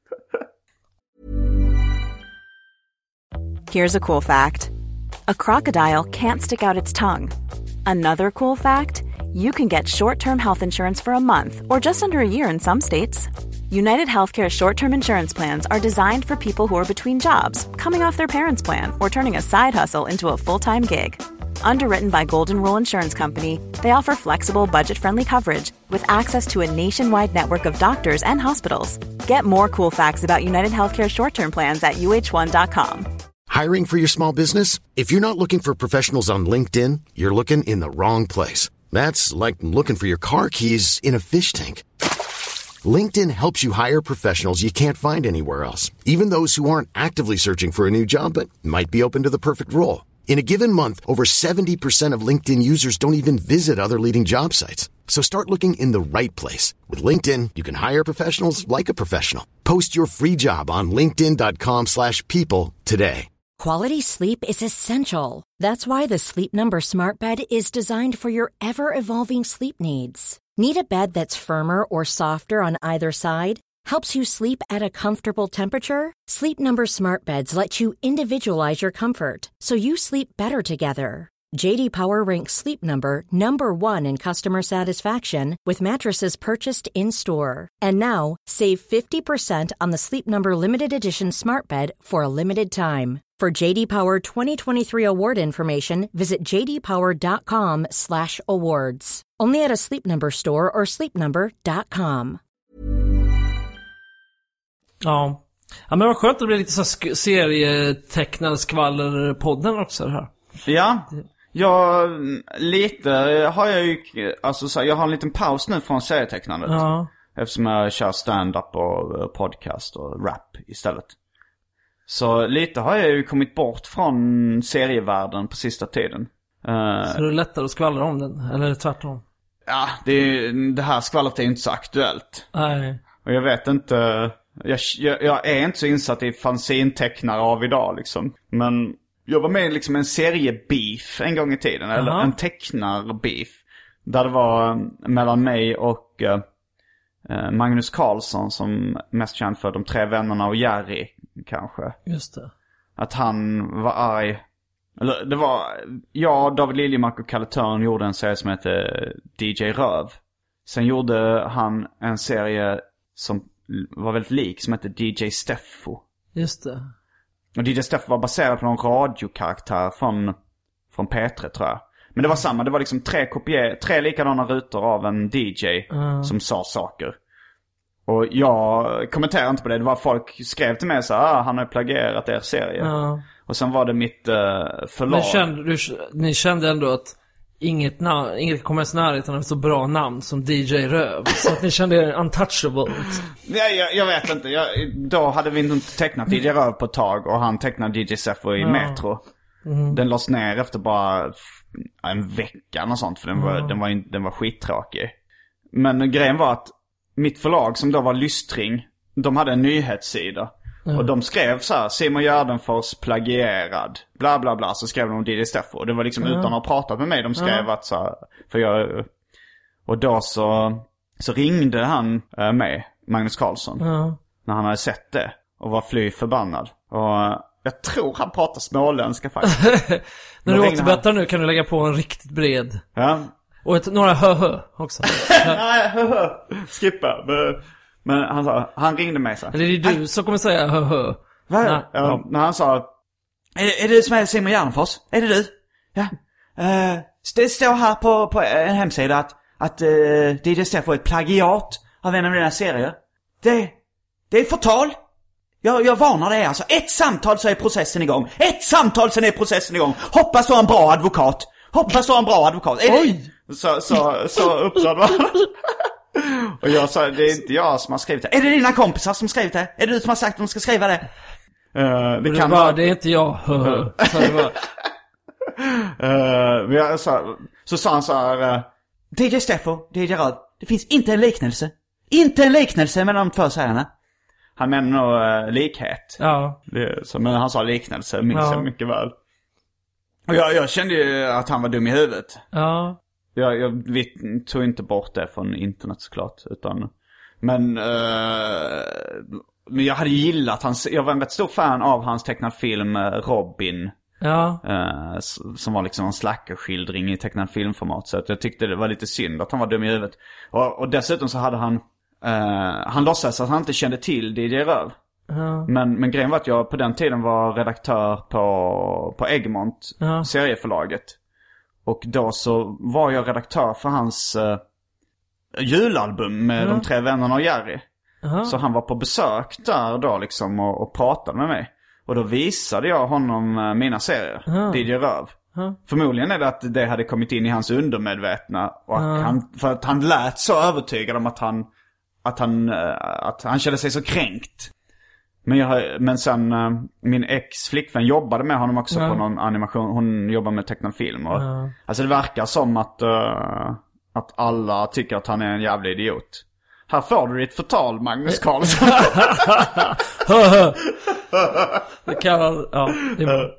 S4: Here's a cool fact. A crocodile can't stick out its tongue. Another cool fact, you can get short-term health insurance for a month or just under a year in some states. United Healthcare short-term insurance plans are designed for people who are between jobs, coming off their parents' plan, or turning a side hustle into a full-time gig. Underwritten by Golden Rule Insurance Company, they offer flexible, budget-friendly coverage with access to a nationwide network of doctors and hospitals. Get more cool facts about United Healthcare short-term plans at uh1.com.
S6: Hiring for your small business? If you're not looking for professionals on LinkedIn, you're looking in the wrong place. That's like looking for your car keys in a fish tank. LinkedIn helps you hire professionals you can't find anywhere else, even those who aren't actively searching for a new job but might be open to the perfect role. In a given month, over 70% of LinkedIn users don't even visit other leading job sites. So start looking in the right place. With LinkedIn, you can hire professionals like a professional. Post your free job on linkedin.com/people today.
S7: Quality sleep is essential. That's why the Sleep Number Smart Bed is designed for your ever-evolving sleep needs. Need a bed that's firmer or softer on either side? Helps you sleep at a comfortable temperature? Sleep Number Smart Beds let you individualize your comfort, so you sleep better together. JD Power ranks Sleep Number #1 in customer satisfaction with mattresses purchased in-store. And now, save 50% on the Sleep Number Limited Edition Smart Bed for a limited time. For JD Power 2023 award information, visit jdpower.com/awards. Only at a Sleep Number store or sleepnumber.com.
S5: Ja, men vad skönt att det blir lite så serietecknade skvaller-podden också det här.
S2: Ja, lite har jag ju, alltså så jag har en liten paus nu från serietecknandet. Eftersom jag kör stand-up och podcast och rap istället. Så lite har jag ju kommit bort från serievärlden på sista tiden.
S5: Så det är lättare att skvallra om den, eller tvärtom?
S2: Ja, det här skvallret är ju inte så aktuellt.
S5: Nej.
S2: Och jag vet inte, jag är inte så insatt i fanzintecknare av idag liksom. Men jag var med i liksom en seriebeef en gång i tiden, eller en tecknarbeef. Där det var mellan mig och Magnus Carlsson, som mest känd för De tre vännerna och Jerry kanske.
S5: Just det.
S2: Att han var arg. Eller det var... Jag, David Liljemark och Kalle Törn gjorde en serie som heter DJ Röv. Sen gjorde han en serie som var väldigt lik, som hette DJ Steffo.
S5: Just det.
S2: Och DJ Steffo var baserad på någon radiokaraktär från P3, tror jag. Men det var samma, det var liksom 3 likadana rutor av en DJ som sa saker. Och jag kommenterade inte på det. Det var folk skrev till mig så här, han har plagierat er serie. Och sen var det mitt förlag.
S5: Men ni kände ändå att inget kommer ens närheten av ett så bra namn som DJ Röv. Så att ni kände er untouchable.
S2: Jag vet inte. Då hade vi inte tecknat DJ Röv på ett tag. Och han tecknade DJ Seffo i Metro. Den lades ner efter bara en vecka och sånt. För den var skittråkig. Men grejen var att mitt förlag, som då var Lystring, de hade en nyhetssida. Och de skrev så här: Simon Gärdenfors plagierad, bla bla bla. Så skrev de om DJ Steffo. Och det var liksom utan att ha pratat med mig. De skrev att så här, och då så ringde han mig, Magnus Carlsson, när han hade sett det. Och var fly förbannad. Och jag tror han pratar småländska faktiskt.
S5: När du återbettar nu kan du lägga på en riktigt bred.
S2: Ja.
S5: Och några hö också.
S2: Nej, hö. Skippa. Men han ringde mig så.
S5: Eller är det du som kommer säga hö?
S2: När han sa: Är det du som är Simon Gärdenfors? Är det du? Ja. Det står här på en hemsida att DJ Steffo är ett plagiat av en av dina serier. Det är förtal. Jag varnar dig alltså. Ett samtal så är processen igång. Ett samtal sen är processen igång. Hoppas du har en bra advokat. Oj! Så upprörd var han. Och jag sa: det är inte jag som har skrivit det. Är det dina kompisar som skrivit det? Är det du som har sagt att de ska skriva det?
S5: Det kan vara. Det är inte jag.
S2: Så sa han så här: DJ Steffo, DJ Röv, det finns inte en liknelse mellan de två serierna. Han menar nog likhet.
S5: Ja.
S2: Men han sa liknelse, minns jag mycket väl. Och jag kände ju att han var dum i huvudet.
S5: Ja.
S2: Vi tog inte bort det från internet såklart. Men jag hade gillat jag var en rätt stor fan av hans tecknad film Robin.
S5: Ja.
S2: Som var liksom en slackerskildring i tecknad filmformat. Så att jag tyckte det var lite synd att han var dum i huvudet. Och dessutom så hade han låtsades att han inte kände till DJ Röv. Men grejen var att jag på den tiden var redaktör på Egmont, serieförlaget. Och då så var jag redaktör för hans julalbum med De tre vännerna och Jerry. Så han var på besök där då liksom och pratade med mig. Och då visade jag honom mina serier, DJ Röv. Förmodligen är det att det hade kommit in i hans undermedvetna. Och för att han lät så övertygad om att han kände sig så kränkt. Men sen min ex-flickvän jobbade med honom också på någon animation. Hon jobbar med tecknad film. Och, alltså det verkar som att alla tycker att han är en jävla idiot. Här får du ditt förtal, Magnus Carlsson.
S5: Det kan det är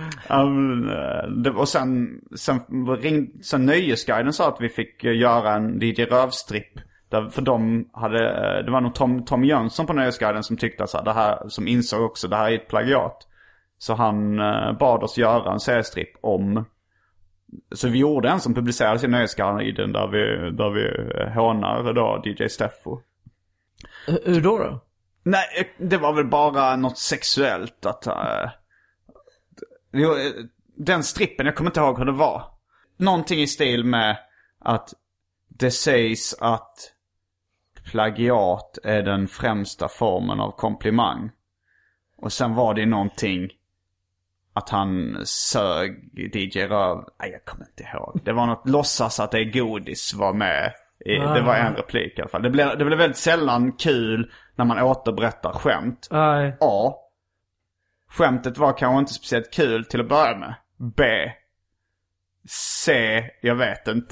S5: bra.
S2: Och sen Nöjesguiden sa att vi fick göra en DJ Röv-stripp. För det var nog Tom Jönsson på Nöjesguiden som tyckte att det här, som insåg också det här är ett plagiat. Så han bad oss göra en seriestripp om. Så vi gjorde en som publicerades i Nöjesguiden där vi hånar då DJ Steffo.
S5: Hur då?
S2: Nej, det var väl bara något sexuellt att den strippen, jag kommer inte ihåg hur det var. Någonting i stil med att det sägs att plagiat är den främsta formen av komplimang. Och sen var det någonting att han sög DJ Röv. Nej, jag kommer inte ihåg. Det var något låtsas att det är godis var med. Det var en replik i alla fall. Det blev väldigt sällan kul när man återberättar skämt. A. Skämtet var kanske inte speciellt kul till att börja med. B. C. Jag vet inte.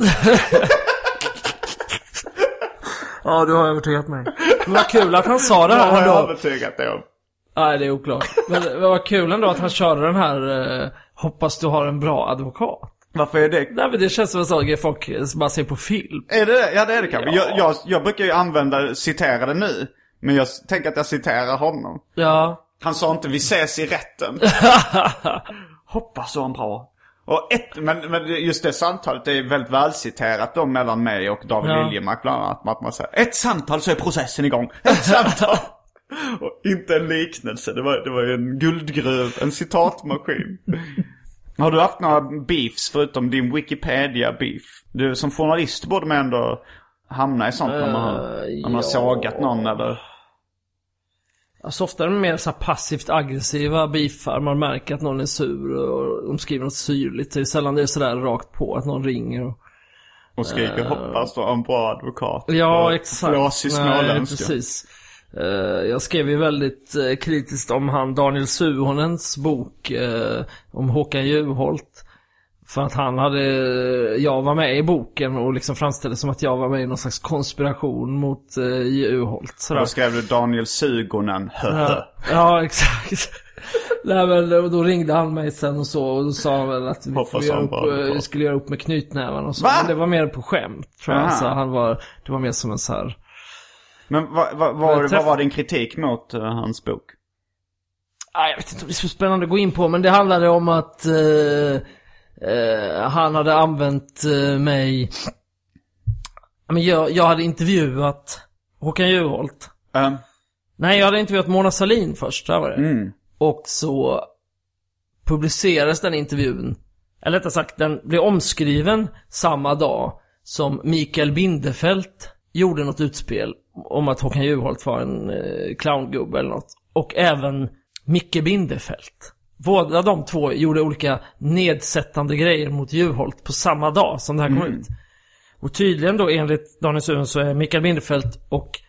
S5: Ja, du har övertygat mig. Men vad kul att han sa det här.
S2: Vad har jag övertygat dig om?
S5: Nej, det är oklart. Men vad kul ändå att han körde den här hoppas du har en bra advokat.
S2: Varför är det?
S5: Nej, men det känns som en sak folk bara ser på film.
S2: Är det? Ja, det är det kanske. Ja. Jag brukar ju citera det nu. Men jag tänker att jag citerar honom.
S5: Ja.
S2: Han sa inte vi ses i rätten. Hoppas så bra. Och men just det samtalet är väldigt välciterat då mellan mig och David Liljemark bland annat. Att man säger, ett samtal så är processen igång. Ett samtal! Och inte en liknelse. Det var ju en guldgruv, en citatmaskin. Har du haft några beefs förutom din Wikipedia-beef? Du som journalist borde man ändå hamna i sånt när man har sågat någon eller...
S5: Alltså ofta är det mer så här passivt aggressiva beefar. Man märker att någon är sur och de skriver något syrligt. Det är sällan det är sådär rakt på att någon ringer
S2: och skriker hoppas då en bra advokat.
S5: Ja, exakt.
S2: Flåsig småländska.
S5: Precis. Jag skrev ju väldigt kritiskt om han Daniel Suhonens bok om Håkan Juholt. För att jag var med i boken och liksom framställde som att jag var med i någon slags konspiration mot Juholt.
S2: Då skrev du Daniel Sugonen.
S5: Ja, exakt. Nej, men då ringde han mig sen och då sa han väl att vi skulle göra upp med knytnäven och så. Va? Men det var mer på skämt, tror jag. Så det var mer som en så här...
S2: Men vad var din kritik mot hans bok?
S5: Jag vet inte om det är så spännande att gå in på, men det handlade om att han hade använt mig. Men jag hade intervjuat Håkan Juholt. Nej, jag hade intervjuat Mona Sahlin först, där var det. Och så publicerades den intervjun. Eller rättare sagt, den blev omskriven samma dag som Mikael Bindefeld gjorde något utspel om att Håkan Juholt var en clowngubbe eller något. Och även Micke Bindefeld. Båda de två gjorde olika nedsättande grejer mot Juholt på samma dag som det här kom ut. Och tydligen då enligt Daniel Suhon så är Mikael Bindefeld och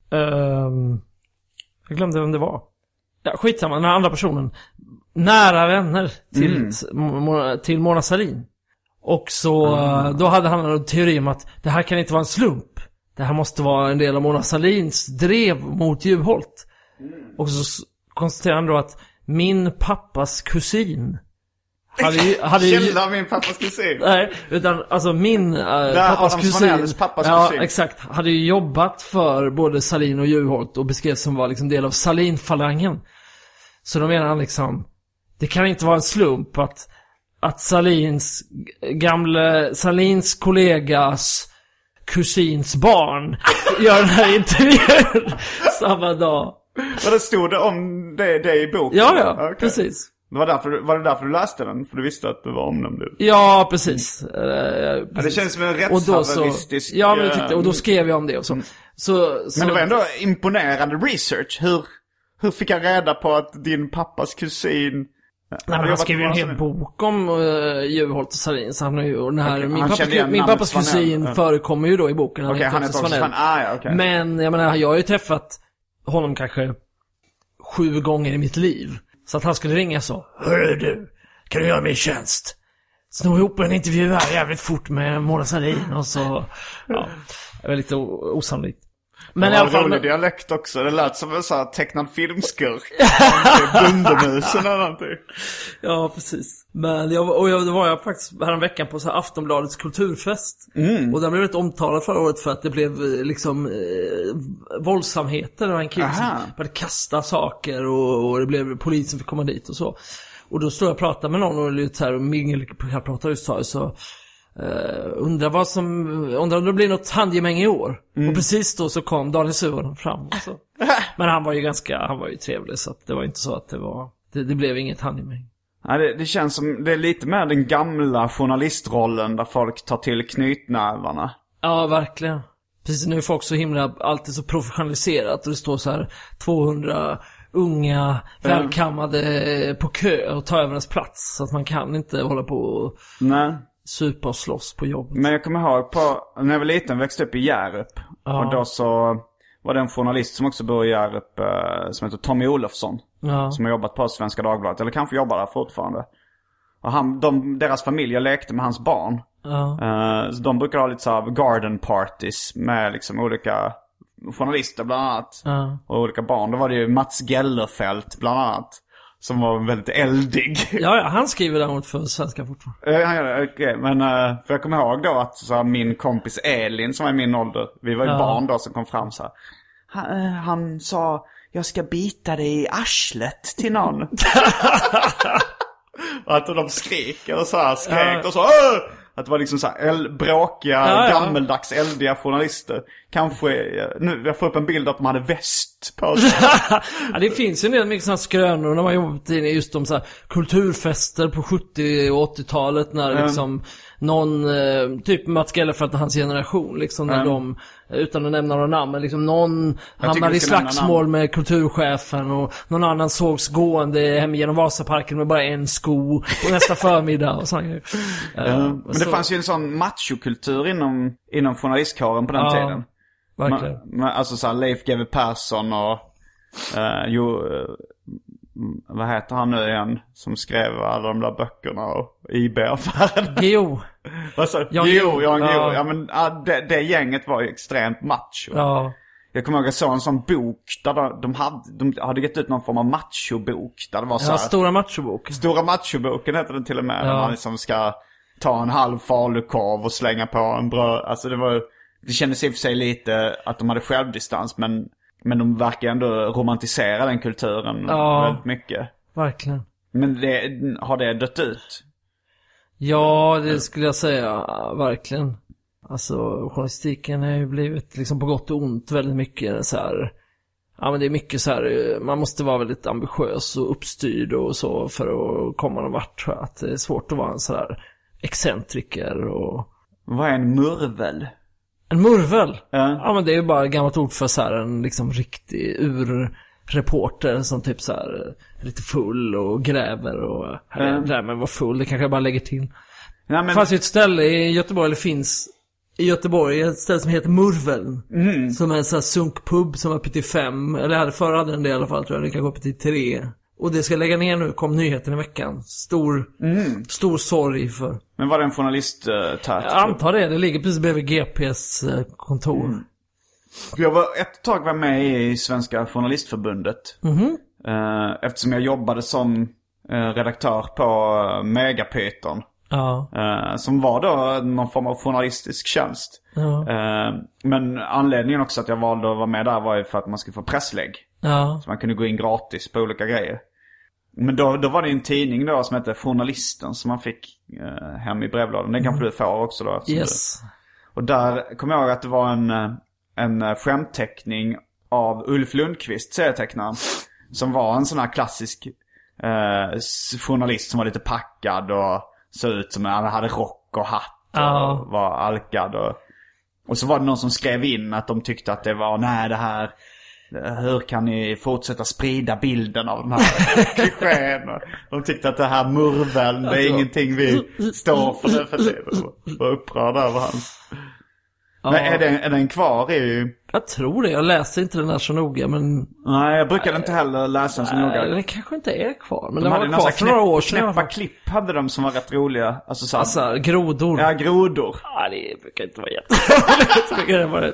S5: jag glömde vem det var. Ja, skitsamma, den andra personen nära vänner till Mona Sahlin. Och så då hade han en teori om att det här kan inte vara en slump. Det här måste vara en del av Mona Sahlins drev mot Juholt. Och så konstaterade han då att min pappas kusin hade
S2: Källa min pappas kusin.
S5: Nej, utan alltså min pappas kusin. Ja, exakt. Hade ju jobbat för både Sahlin och Juholt och beskrevs som var liksom del av Sahlin-falangen. Så då menar han liksom, det kan inte vara en slump att Sahlins kollegas kusins barn gör den här intervjun samma dag.
S2: Och det stod det om det i boken?
S5: Ja, okay. Precis.
S2: Var det därför du läste den? För du visste att det var omnämnd.
S5: Ja, precis.
S2: Det känns som en rättshaveristisk...
S5: Ja, men och då skrev jag om det och så.
S2: Men det var ändå imponerande research. Hur fick jag reda på att din pappas kusin...
S5: Nej, men han skrev ju en hel bok om Juholt och Sahlin. Så han har ju den här, min pappas kusin förekommer ju då i boken.
S2: Okej, han är också Svanell. Okay.
S5: Men jag menar, jag har ju träffat honom kanske 7 gånger i mitt liv. Så att han skulle ringa så: hörru du, kan du göra mig en tjänst? Sno ihop en intervju här jävligt fort med Mona Sahlin. Och så, ja, det var lite osannolikt.
S2: Men i alla fall rolig dialekt också. Det lät som en sån här tecknad filmskurk. Bundemusen eller någonting.
S5: Ja, precis. Men det var jag faktiskt här en vecka på så här Aftonbladets kulturfest. Och där blev det omtalad förra året för att det blev liksom våldsamheter. Det var en kille som började kasta saker och det blev polisen fick komma dit och så. Och då stod jag och pratade med någon och lite så här mingelpratade just så undrar om det blir något handgemäng i år. Och precis då så kom Daniel Suhon fram och så. Men han var ju trevlig, så att det var inte så att det blev inget handgemäng.
S2: Ja, det känns som det är lite mer den gamla journalistrollen där folk tar till knytnävarna.
S5: Ja, verkligen. Precis, nu är folk så himla alltid så professionaliserat och det står så här 200 unga välkammade på kö och ta över ens plats, så att man kan inte hålla på och supa och slåss på jobbet. Men
S2: jag kommer ihåg när jag var liten växte upp i Hjärup. Och då så var det en journalist som också bor i Hjärup som heter Tommy Olofsson. Som har jobbat på Svenska Dagbladet, eller kanske jobbar där fortfarande. Och deras familjer lekte med hans barn. Så de brukar ha lite så här garden parties med liksom olika journalister bland annat. Och olika barn. Då var det ju Mats Gellerfelt bland annat, som var väldigt eldig.
S5: Ja, han skriver däremot för svenska fortfarande.
S2: Han gör det, okej. Men för jag kommer ihåg då att så här, min kompis Elin som var i min ålder, vi var ju barn då, som kom fram så här. Han sa, jag ska bita dig i arslet till någon. Att de skriker och så här, skrek och så. Att det var liksom så här bråkiga, gammeldags, eldiga journalister. Kanske, nu jag får upp en bild att de hade väst på sig.
S5: Ja, det finns ju en del mycket sådana skrönor när man jobbat i just om så här kulturfester på 70- och 80-talet när liksom någon, typ Mats Gellerfeldt och hans generation liksom när de, utan att nämna några namn, men liksom någon hamnade i slagsmål med kulturchefen och någon annan sågs gående hem genom Vasaparken med bara en sko och nästa förmiddag och så. Men
S2: det fanns ju en sån machokultur inom journalistkåren på den tiden.
S5: Verkligen.
S2: Alltså så här Leif GW Persson och vad heter han nu igen som skrev alla de där böckerna och IB-affären?
S5: Geo.
S2: Vad sa du? Geo. Ja, men det gänget var ju extremt macho.
S5: Ja.
S2: Jag kommer ihåg att jag såg en sån bok där de hade gett ut någon form av machobok där det var så här,
S5: Stora machobok.
S2: Stora machoboken heter den till och med. Där man liksom ska ta en halv falukorv och slänga på en bröd. Alltså det kändes i och för sig lite att de hade självdistans, men de verkar ändå romantisera den kulturen väldigt mycket.
S5: Verkligen.
S2: Men har det dött ut?
S5: Ja, det skulle jag säga, verkligen. Alltså, journalistiken har ju blivit liksom på gott och ont väldigt mycket så här. Ja, men det är mycket så här, man måste vara väldigt ambitiös och uppstyrd och så för att komma någon vart, tror jag. Att det är svårt att vara en så här excentriker och...
S2: Vad är en murvel?
S5: En murvel? Ja, men det är ju bara ett gammalt ord för så här en liksom riktig urreporter som typ så här lite full och gräver och där men var full, det kanske jag bara lägger till. Ja, men... Det fanns ju ett ställe i Göteborg, eller finns i Göteborg ett ställe som heter Murveln. Som är en sån här sunkpub som var uppe till 5, eller förra hade den det i alla fall, tror jag. Det kan gå upp till 3. Och det ska lägga ner nu, kom nyheten i veckan. Stor sorg för.
S2: Men var det en journalist
S5: jag antar det ligger precis bredvid GPs kontor.
S2: Jag var ett tag med i Svenska Journalistförbundet. Eftersom jag jobbade som redaktör på Megapyton. Som var då någon form av journalistisk tjänst. Men anledningen också att jag valde att vara med där var ju för att man skulle få presslägg. Så man kunde gå in gratis på olika grejer. Men då var det en tidning då som hette Journalisten som man fick hem i brevlådan. Den kanske du får också då.
S5: Yes.
S2: Och där kom jag ihåg att det var en skämtteckning av Ulf Lundqvist, serietecknaren, som var en sån här klassisk journalist som var lite packad och såg ut som han hade rock och hatt och var alkad. Och så var det någon som skrev in att de tyckte att det var, nej det här, hur kan ni fortsätta sprida bilden av den här klichén? De tyckte att det här murveln, det är ingenting vi står för det för tiden. Var upprörda över hans. Men är den kvar i...
S5: Jag tror det, jag läser inte den här så noga, men...
S2: Nej, jag brukar inte heller läsa den så noga.
S5: Den kanske inte är kvar, men den var kvar för några år sedan.
S2: Knäppa klipp hade de som var rätt roliga.
S5: Alltså grodor.
S2: Ja, grodor.
S5: Ja, det brukar inte vara jätteroligt.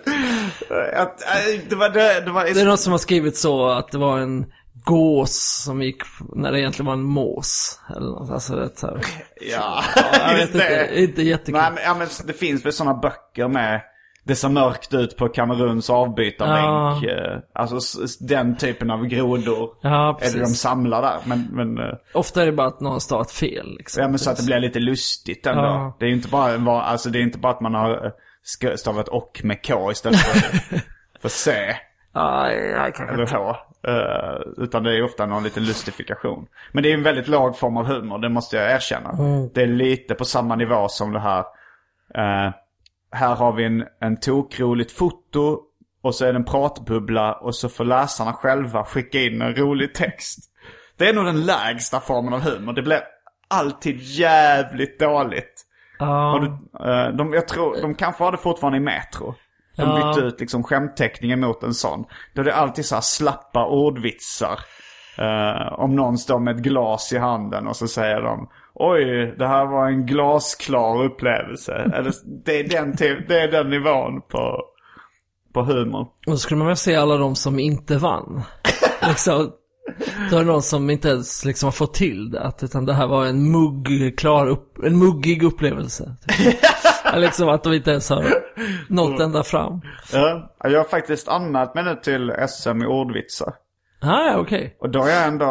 S5: Det är någon som har skrivit så att det var en gås som gick när det egentligen var en mås eller något, alltså det så här.
S2: Ja,
S5: jag vet inte jättekul.
S2: Nej, men det finns väl såna böcker med det ser mörkt ut på Kameruns avbytarbänk. Alltså den typen av grodor.
S5: Ja, precis.
S2: Är det de samlar där, men
S5: ofta är det bara att någon stavat fel liksom.
S2: Ja, men så att det blir lite lustigt ändå. Ja. Det är inte bara att man har stavat och med K istället för C. Eller H. Utan det är ofta någon liten lustifikation. Men det är en väldigt låg form av humor, det måste jag erkänna. Det är lite på samma nivå som det här. Här har vi en tokroligt foto och så är det en pratbubbla och så får läsarna själva skicka in en rolig text. Det är nog den lägsta formen av humor. Det blir alltid jävligt dåligt. Jag tror de kanske har det fortfarande i Metro. De bytte ut liksom skämtteckningen mot en sån. Då är det alltid så här slappa ordvitsar. Om någon står med ett glas i handen och så säger de: oj, det här var en glasklar upplevelse. Eller, det är den nivån på humor. Och
S5: så skulle man väl se alla de som inte vann. Liksom, då är det någon som inte ens liksom har fått till det. Utan det här var en muggig upplevelse. Typ. Liksom att de inte ens har nått ända fram.
S2: Ja, jag har faktiskt anmält mig nu till SM i ordvitsar.
S5: Okej.
S2: Och då är jag ändå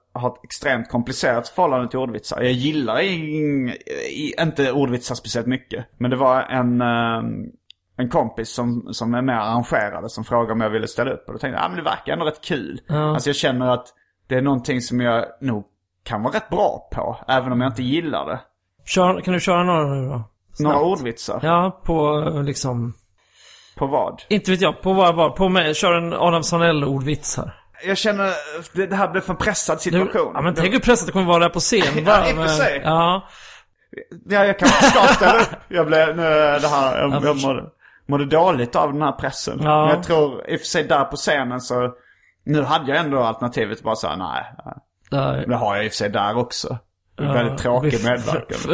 S2: har ett extremt komplicerat förhållande till ordvitsar. Jag gillar inte ordvitsar speciellt mycket. Men det var en kompis som är mer arrangerad som frågade om jag ville ställa upp. Och då tänkte jag, men det verkar ändå rätt kul. Alltså jag känner att det är någonting som jag nog kan vara rätt bra på. Även om jag inte gillar det.
S5: Kan du köra några nu då? Snabbt.
S2: Några ordvitsar?
S5: Ja, på liksom...
S2: På vad?
S5: Inte vet jag, på vad? På mig, kör en Adam Svanell-ordvits här.
S2: Jag känner det här blev för en pressad situation.
S5: Men tänk hur pressat det kommer vara där på scen.
S2: Ja, i och för sig.
S5: Ja,
S2: jag kanske ska ställa upp. Jag mådde dåligt av den här pressen.
S5: Ja.
S2: Men jag tror, i och för sig där på scenen så... Nu hade jag ändå alternativet bara såhär, nej. Det har jag i och för sig där också. Det är väldigt tråkig medverkan.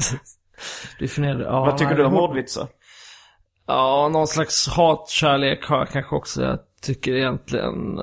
S5: Ja,
S2: vad tycker du om ordvitsar?
S5: Ja, någon slags hatkärlek har jag kanske också. Jag tycker egentligen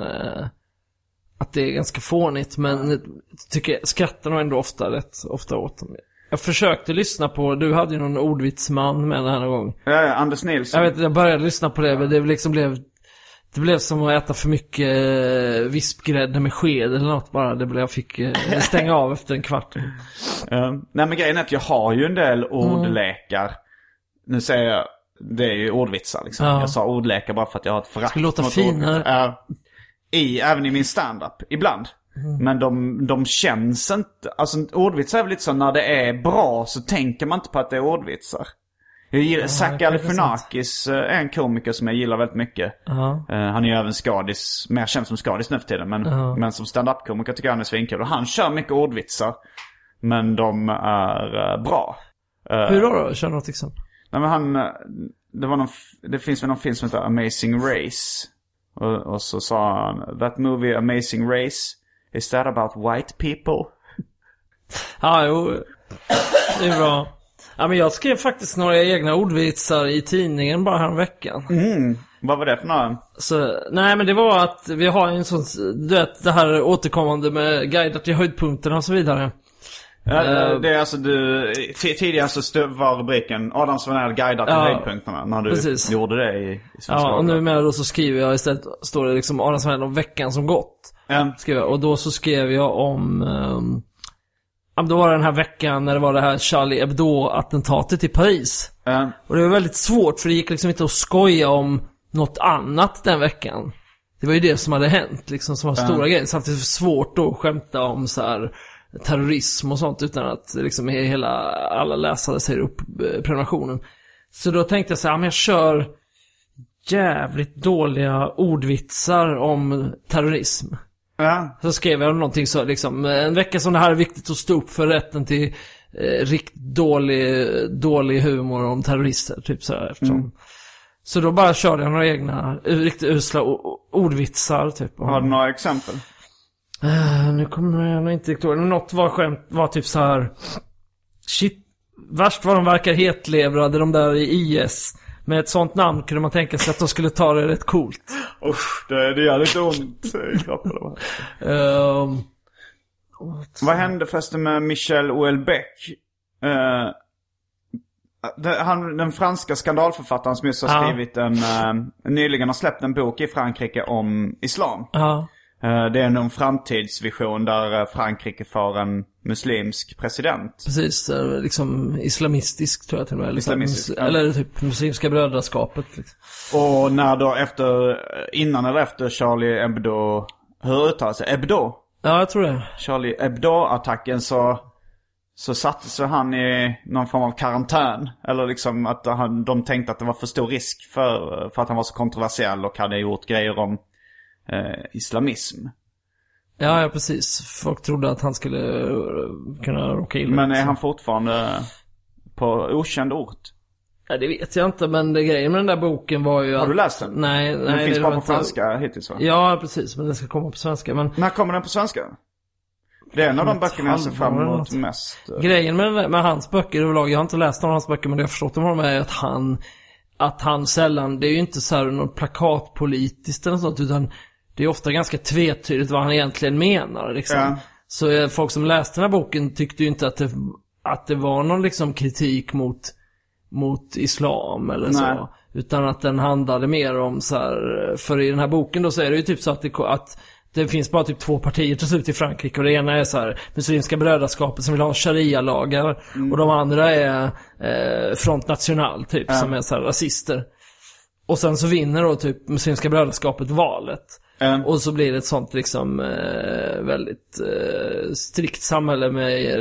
S5: att det är ganska fånigt. Men skrattar nog ändå ofta åt dem. Jag försökte lyssna på, du hade ju någon ordvitsman med den här någon gång.
S2: Ja, Anders Nilsson.
S5: Jag började lyssna på det, men det liksom blev som att äta för mycket vispgrädde med sked eller något bara. Jag fick stänga av efter en kvart.
S2: Nej, men grejen är att jag har ju en del ordlekar. Nu säger jag, det är ju ordvitsar liksom. Ja. Jag sa ordlekar bara för att jag har ett förakt.
S5: Det låter finare.
S2: Även i min stand-up, ibland. Men de känns inte... Alltså ordvitsar är väl lite så, när det är bra så tänker man inte på att det är ordvitsar. Jag gillar Zac Galifianakis, en komiker som jag gillar väldigt mycket. Han är ju även skadis, mer känd som skadis nu för tiden. Men som stand-up-komiker tycker jag han är svinkul. Och han kör mycket ordvitsar, men de är bra.
S5: Hur då? Kör något exempel.
S2: Nej, men det finns väl någon film som heter Amazing Race. Och så sa han, that movie Amazing Race, is that about white people?
S5: Ja, jo. Det är bra. Ja, men jag skrev faktiskt några egna ordvitsar i tidningen bara här en veckan.
S2: Vad var det för några?
S5: Nej, men det var att vi har en sån, du vet, det här återkommande med guider till höjdpunkterna och så vidare.
S2: Det är alltså tidigare så var rubriken Adam Svanell guidar till höjdpunkterna när du gjorde det i Svenska.
S5: Ja, och nu med då så skriver jag istället, står det liksom Adam Svanell om veckan som gått. Skrev jag, och då så skrev jag om då var det den här veckan när det var det här Charlie Hebdo-attentatet i Paris. Och det var väldigt svårt för det gick liksom inte att skoja om något annat den veckan. Det var ju det som hade hänt liksom, som var stora grejer. Samtidigt var det svårt då att skämta om så här terrorism och sånt utan att liksom alla läsare säger upp prenumerationen. Så då tänkte jag så här, men jag kör jävligt dåliga ordvitsar om terrorism. Så skrev jag någonting så liksom, en vecka som det här är viktigt att stå upp för rätten till riktigt dålig humor om terrorister typ så här, eftersom. Så då bara körde jag några egna riktigt usla ordvitsar typ.
S2: Har du några exempel?
S5: Nu kommer jag nog inte ihåg. Något var typ så här: shit, värst vad de verkar hetlevrade de där i IS. Med ett sånt namn kunde man tänka sig att de skulle ta det rätt coolt.
S2: Det gör lite ont i kroppen. Vad hände förresten med Michel Houellebecq? Den franska skandalförfattaren som just har skrivit nyligen har släppt en bok i Frankrike om islam. Det är en framtidsvision där Frankrike får en muslimsk president.
S5: Precis, liksom islamistisk tror jag till och med.
S2: Islamistisk,
S5: eller typ muslimska brödraskapet liksom.
S2: Och när då innan eller efter Charlie Hebdo, hur uttalar sig? Hebdo?
S5: Ja, jag tror det. Charlie
S2: Hebdo-attacken så satte sig han i någon form av karantän. Eller liksom att de tänkte att det var för stor risk för att han var så kontroversiell och hade gjort grejer om islamism.
S5: Ja, precis. Folk trodde att han skulle kunna råka illa.
S2: Men är han fortfarande på okänd ort?
S5: Ja, det vet jag inte, men grejen med den där boken var ju
S2: Har du läst den?
S5: Nej.
S2: Den finns bara på franska hittills, va?
S5: Ja, precis, men den ska komma på svenska. Men
S2: när kommer den på svenska? Det är en av de böckerna jag ser fram emot mest.
S5: Grejen med hans böcker överlag, jag har inte läst någon av hans böcker, men det jag har förstått om honom är att han sällan, det är ju inte så här något plakatpolitiskt eller sånt, utan det är ofta ganska tvetydigt vad han egentligen menar liksom. Ja. Så folk som läste den här boken tyckte ju inte att det var någon liksom kritik mot islam eller så, utan att den handlade mer om så här, för i den här boken då så är det ju typ så att det finns bara typ 2 partier till slut i Frankrike, och det ena är så här Muslimska brödraskapet som vill ha sharia-lagar, och de andra är Front National typ, som är så här rasister. Och sen så vinner då typ Muslimska brödraskapet valet. Och så blir det ett sånt liksom väldigt strikt samhälle med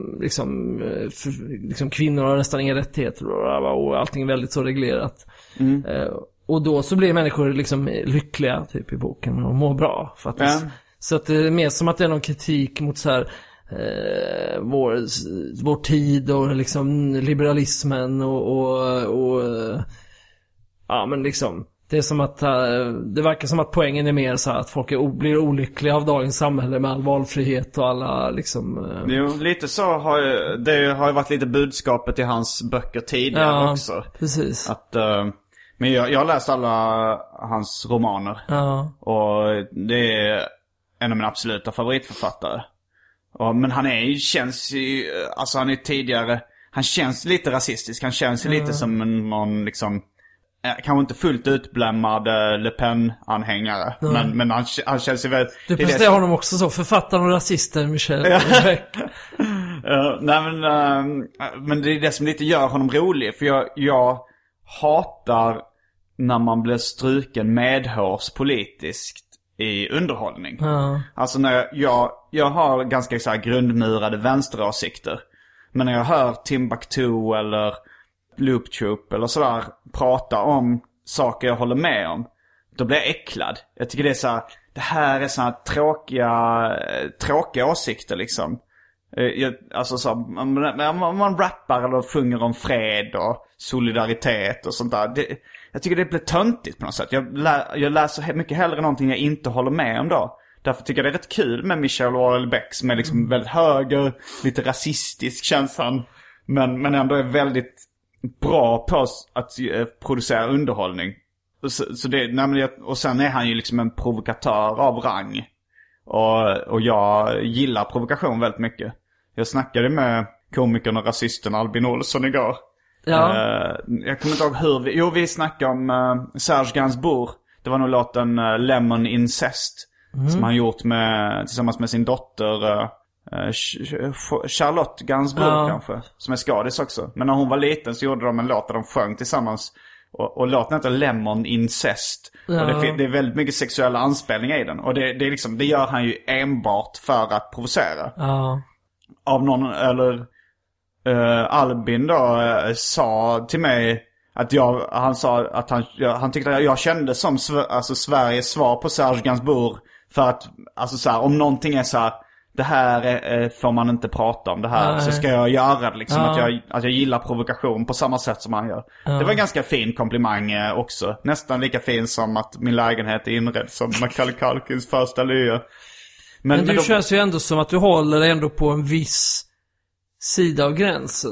S5: liksom kvinnor har nästan inga rättigheter och allting är väldigt så reglerat. Och då så blir människor liksom lyckliga typ i boken och mår bra faktiskt. Så att det är mer som att det är någon kritik mot så här vår tid och liksom liberalismen och ja, men liksom det är som att det verkar som att poängen är mer så här att folk blir olyckliga av dagens samhälle med all valfrihet och alla liksom
S2: Jo, lite så har det har ju varit lite budskapet i hans böcker tidigare också.
S5: Precis.
S2: Att men jag har läst alla hans romaner. Och det är en av mina absoluta favoritförfattare. Men han känns ju, alltså han är tidigare, han känns lite rasistisk. Han känns lite som någon liksom, kanske inte fullt utblämmad Le Pen-anhängare. Men han känns ju väldigt...
S5: Du presenterar honom också så, författaren och rasisten Michel Houellebecq.
S2: Nej men det är det som lite gör honom rolig. För jag hatar när man blir struken medhårs politiskt i underhållning. Alltså när jag har ganska så här grundmurade vänsteråsikter. Men när jag hör Timbuktu eller Loop Troop eller sådär prata om saker jag håller med om, då blir jag äcklad. Jag tycker det är så här, det här är såna tråkiga åsikter liksom. Alltså så man rappar eller sjunger om fred och solidaritet och sånt där. Jag tycker det blir töntigt på något sätt. Jag läser mycket hellre någonting jag inte håller med om då. Därför tycker jag det är rätt kul med Michel Houellebecq som är liksom väldigt höger, lite rasistisk känns han, men ändå är väldigt bra på att producera underhållning. Så det, och sen är han ju liksom en provokatör av rang. Och jag gillar provokation väldigt mycket. Jag snackade med komikern och rasisten Albin Olsson igår. Jag kommer inte ihåg vi snackade om Serge Gainsbourg. Det var nog låten Lemon Incest som han gjort tillsammans med sin dotter Charlotte Gainsbourg kanske, som är skadis också. Men när hon var liten så gjorde de en låt där de sjöng tillsammans. Och låten heter Lemon Incest. Och det är väldigt mycket sexuella anspelningar i den. Och det är liksom, det gör han ju enbart för att provocera. Av någon, eller Albin då sa till mig att han sa att han tyckte att jag kände som Sveriges svar på Serge Gainsbourg. För att, alltså så här, om någonting är så här, det här får man inte prata om det här, så ska jag göra det liksom, att jag gillar provokation på samma sätt som han gör. Det var en ganska fin komplimang också. Nästan lika fin som att min lägenhet är inredd som Macaulay Culkins första lya. Men
S5: du känns ju ändå som att du håller ändå på en viss sida av gränsen.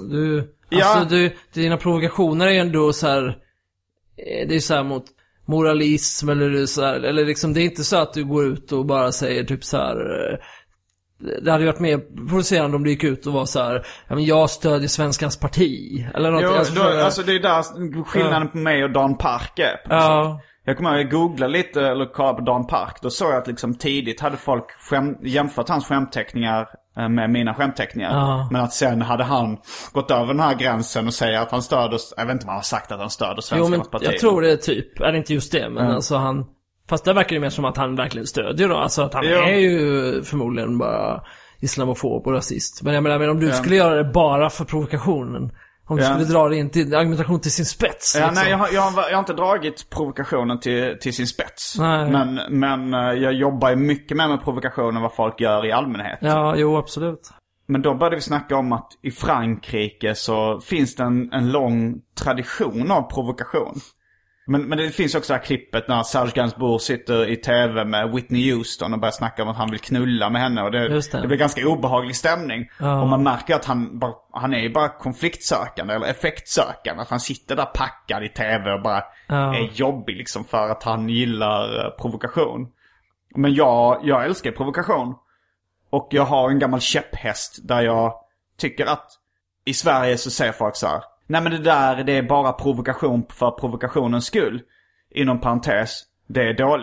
S5: Dina provokationer är ändå så här, det är så här mot moralism eller så här, eller liksom, det är inte så att du går ut och bara säger typ så här. Det hade varit mer provocerande om du gick ut och var så här, ja, men jag stödjer Svenskans parti eller något.
S2: Alltså det är där skillnaden på mig och Dan Park är. Jag kommer att googla lite eller kolla på Dan Park. Då såg jag att liksom tidigt hade folk jämfört hans skämtteckningar med mina skämtteckningar. Men att sen hade han gått över den här gränsen och säger att han stöder, jag vet inte om han har sagt att han stöder Svenskans parti.
S5: Jag tror det är typ, är det inte just det, men alltså han, fast det verkar ju mer som att han verkligen stödjer då. Alltså att han är ju förmodligen bara islamofob och rasist. Men jag menar, om du skulle göra det bara för provokationen, om du skulle dra det in till argumentation till sin spets.
S2: Ja, liksom. Nej, jag har inte dragit provokationen till sin spets. Men jag jobbar ju mycket med provokationen vad folk gör i allmänhet.
S5: Ja, jo, absolut. Men
S2: då började vi snacka om att i Frankrike så finns det en lång tradition av provokation. Men det finns också det här klippet när Serge Gainsbourg sitter i tv med Whitney Houston och börjar snacka om att han vill knulla med henne. Och det blir ganska obehaglig stämning. Och man märker att han är ju bara konfliktsökande eller effektsökande. Att han sitter där packad i tv och bara är jobbig liksom för att han gillar provokation. Men jag älskar provokation. Och jag har en gammal käpphäst där jag tycker att i Sverige så säger folk så här: nej men det är bara provokation för provokationens skull. Inom parentes, det är dåligt.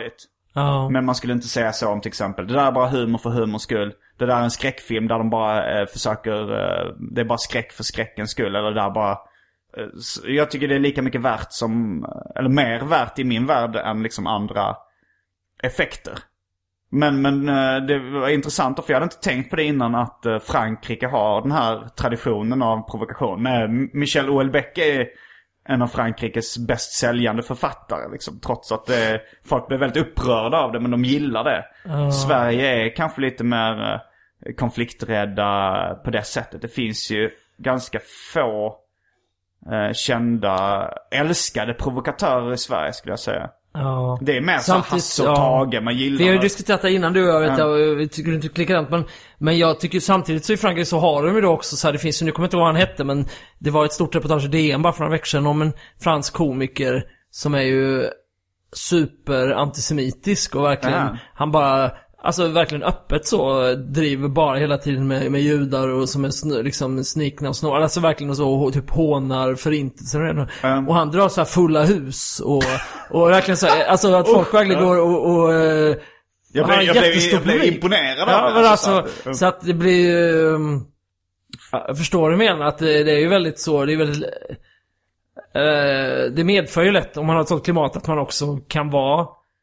S2: Men man skulle inte säga så om till exempel, det där är bara humor för humors skull. Det där är en skräckfilm där de bara försöker, det är bara skräck för skräckens skull. Eller det där bara, jag tycker det är lika mycket värt som, eller mer värt i min värld än liksom andra effekter. Men det var intressant, för jag hade inte tänkt på det innan, att Frankrike har den här traditionen av provokation. Michel Houellebecq är en av Frankrikes bäst säljande författare liksom, trots att folk blir väldigt upprörda av det, men de gillar det. Sverige är kanske lite mer konflikträdda på det sättet. Det finns ju ganska få kända, älskade provokatörer i Sverige, skulle jag säga.
S5: Ja.
S2: Det är mer så Hasse och Tage man gillar.
S5: Vi har ju diskuterat det innan, du och jag vet, jag tycker inte likadant, men jag tycker samtidigt så i Frankrike så har de ju då också så här, det finns ju, nu kommer jag inte ihåg vad han hette, men det var ett stort reportage i DN bara för några veckor sedan om en fransk komiker som är ju super antisemitisk och verkligen, han bara, alltså verkligen öppet så driver bara hela tiden med judar och som är liksom snikna och snor, alltså verkligen så, och typ hånar förintelsen och han drar så här fulla hus och verkligen så här, alltså att folk verkligen går och
S2: jag blev imponerad av
S5: det. Alltså, så att det blir ju, jag förstår du menar, att det är ju väldigt så, det är väldigt det medför ju lätt om man har ett sånt klimat att man också kan vara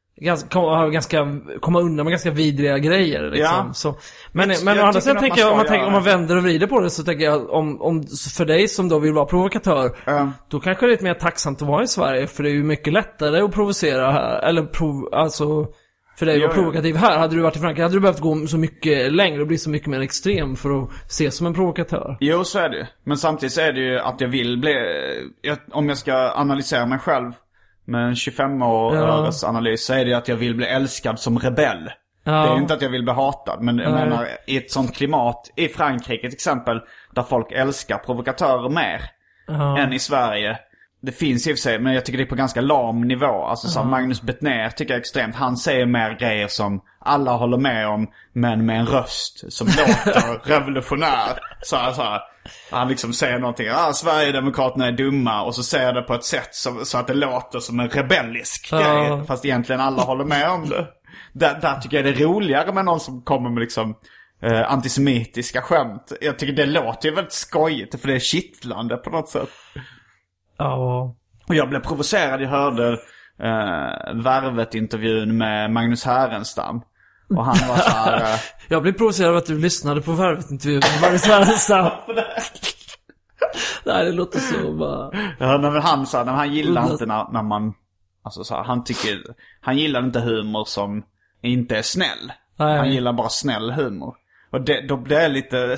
S5: komma undan med ganska vidriga grejer liksom. Så, men å andra sidan tänker jag, om man vänder och vrider på det, så tänker jag om för dig som då vill vara provokatör, då kanske det är lite mer tacksamt att vara i Sverige, för det är ju mycket lättare att provocera här, eller alltså för dig att vara provokativ här. Hade du varit i Frankrike hade du behövt gå så mycket längre och bli så mycket mer extrem för att ses som en provokatör.
S2: Jo, så är det. Men samtidigt så är det ju att jag vill bli, om jag ska analysera mig själv med en 25-års analys, så är det att jag vill bli älskad som rebell. Det är inte att jag vill bli hatad, men jag menar, i ett sånt klimat i Frankrike till exempel, där folk älskar provokatörer mer än i Sverige. Det finns i och för sig, men jag tycker det är på ganska lam nivå. Alltså så Magnus Bettner tycker jag är extremt. Han säger mer grejer som alla håller med om, men med en röst som låter revolutionär. Så här. Han liksom säger någonting, Sverigedemokraterna är dumma, och så säger det på ett sätt så att det låter som en rebellisk grej, fast egentligen alla håller med om det. Där tycker jag det är roligare med någon som kommer med liksom antisemitiska skämt. Jag tycker det låter ju väldigt skojigt, för det är kittlande på något sätt.
S5: Ja.
S2: Och jag blev provocerad, jag hörde Värvet-intervjun med Magnus Härenstam. Och han var så här...
S5: Jag blev provocerad av att du lyssnade på Värvet-intervjun med Magnus Härenstam. Nej, det låter så bara...
S2: Ja, men han sa, han gillar inte när man... Alltså så här, han gillar inte humor som inte är snäll. Nej. Han gillar bara snäll humor. Och då blir det lite...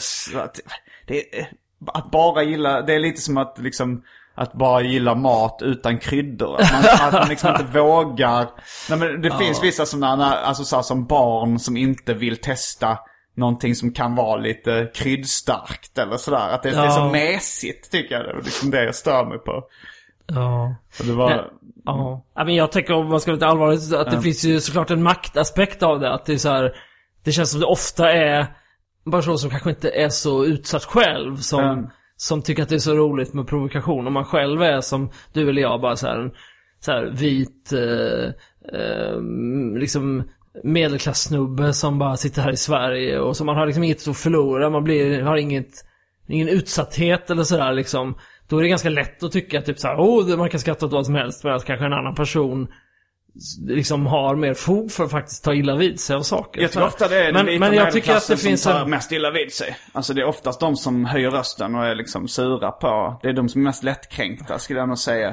S2: Att bara gilla... Det är lite som att liksom... Att bara gilla mat utan kryddor. Att man liksom inte vågar. Nej, men det finns vissa alltså så här, som barn som inte vill testa någonting som kan vara lite kryddstarkt eller sådär. Att det är så mässigt, tycker jag. Det är liksom det jag stör mig på.
S5: Ja.
S2: Och det var...
S5: Ja, men jag tänker, om man ska vara lite allvarligt, att det finns ju såklart en maktaspekt av det. Att det är så här, det känns som det ofta är bara så som kanske inte är så utsatt själv som tycker att det är så roligt med provokation. Om man själv är som du eller jag, bara så här vit liksom medelklassnubbe som bara sitter här i Sverige, och som man har liksom inget att förlora, man har ingen utsatthet eller sådär liksom. Då är det ganska lätt att tycka typ så här, man kan skratta åt vad som helst, men att kanske en annan person liksom har mer fog för att faktiskt ta illa vid sig av saker.
S2: Jag tror ofta det är
S5: men jag tycker att det finns
S2: som tar mest illa vid sig. Alltså det är oftast de som höjer rösten och är liksom sura på. Det är de som är mest lättkränkta, skulle jag nog säga.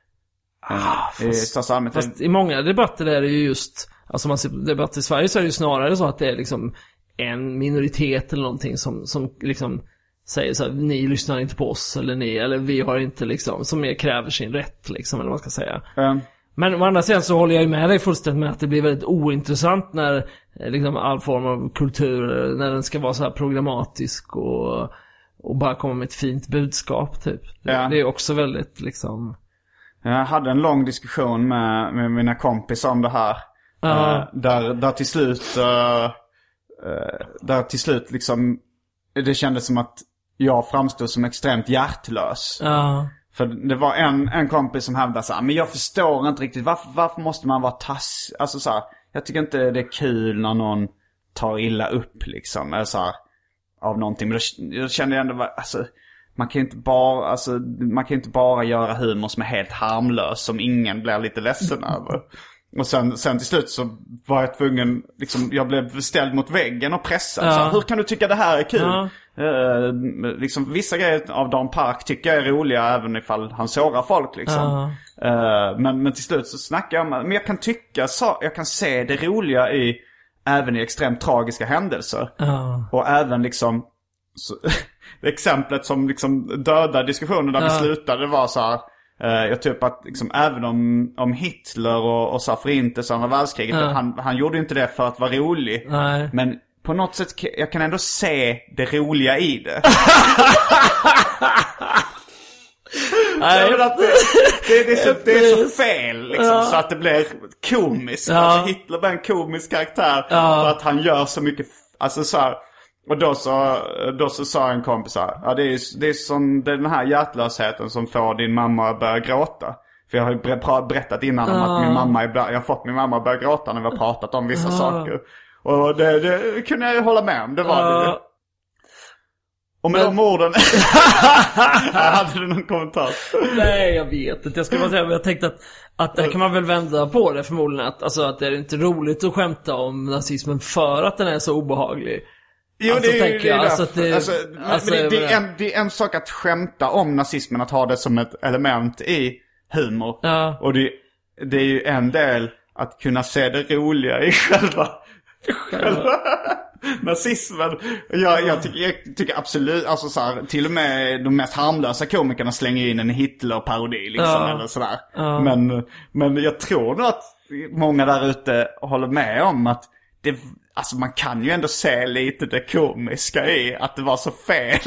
S5: Fast i många debatter är det ju just, alltså man ser debatter i Sverige, så är det ju snarare så att det är liksom en minoritet eller någonting som liksom säger så här, ni lyssnar inte på oss, eller vi har inte liksom, som mer kräver sin rätt liksom, eller vad man ska säga. Men å andra sidan så håller jag ju med dig fullständigt med att det blir väldigt ointressant när liksom all form av kultur, när den ska vara så här programmatisk och bara komma med ett fint budskap typ. Det är också väldigt liksom...
S2: Jag hade en lång diskussion med mina kompisar om det här. Där till slut liksom, det kändes som att jag framstod som extremt hjärtlös. För det var en kompis som hävdade så här, men jag förstår inte riktigt, varför måste man vara alltså så här, jag tycker inte det är kul när någon tar illa upp liksom. Eller så här, av någonting. Men jag kände ändå, alltså, man kan ju inte bara göra humor som är helt harmlös, som ingen blir lite ledsen över. Och sen till slut så var jag tvungen, liksom, jag blev ställd mot väggen och pressad. Ja. Så, hur kan du tycka det här är kul? Ja. Liksom, vissa grejer av Dan Park tycker jag är roliga även ifall han sårar folk liksom. Ja. Men till slut så snackar jag om, men jag kan tycka så, jag kan se det roliga även i extremt tragiska händelser. Ja. Och även liksom så, exemplet som liksom döda diskussionen där vi slutade var så här. Jag typ att liksom, även om Hitler och så förintelsen av världskriget, han gjorde inte det för att vara rolig. Nej. Men på något sätt jag kan ändå se det roliga i det. Nej, att det är så fel liksom, så att det blir komiskt. Alltså, Hitler blir en komisk karaktär för att han gör så mycket, alltså så här. Och då så sa en kompis så här, det är som den här hjärtlösheten som får din mamma att börja gråta. För jag har ju berättat innan om att jag har fått min mamma att börja gråta när vi har pratat om vissa saker. Och det kunde jag ju hålla med om, det var det. Och med de orden hade du någon kommentar?
S5: Nej, jag vet inte. Jag skulle bara säga, men jag tänkte att där kan man väl vända på det förmodligen. Att det är inte roligt att skämta om nazismen för att den är så obehaglig.
S2: Jo, alltså, det är en sak att skämta om nazismen, att ha det som ett element i humor. Ja. Och det är ju en del att kunna se det roliga i själva nazismen. Jag tycker absolut, alltså så här, till och med de mest harmlösa komikerna slänger in en Hitler-parodi liksom, eller sådär. Men jag tror nog att många där ute håller med om att alltså man kan ju ändå se lite det komiska i att det var så fel.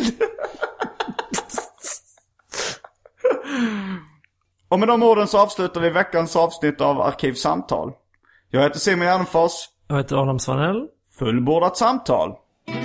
S2: Och med de orden så avslutar vi veckans avsnitt av Arkivsamtal. Jag heter Simon Gärdenfors.
S5: Jag heter Adam Svanell.
S2: Fullbordat samtal.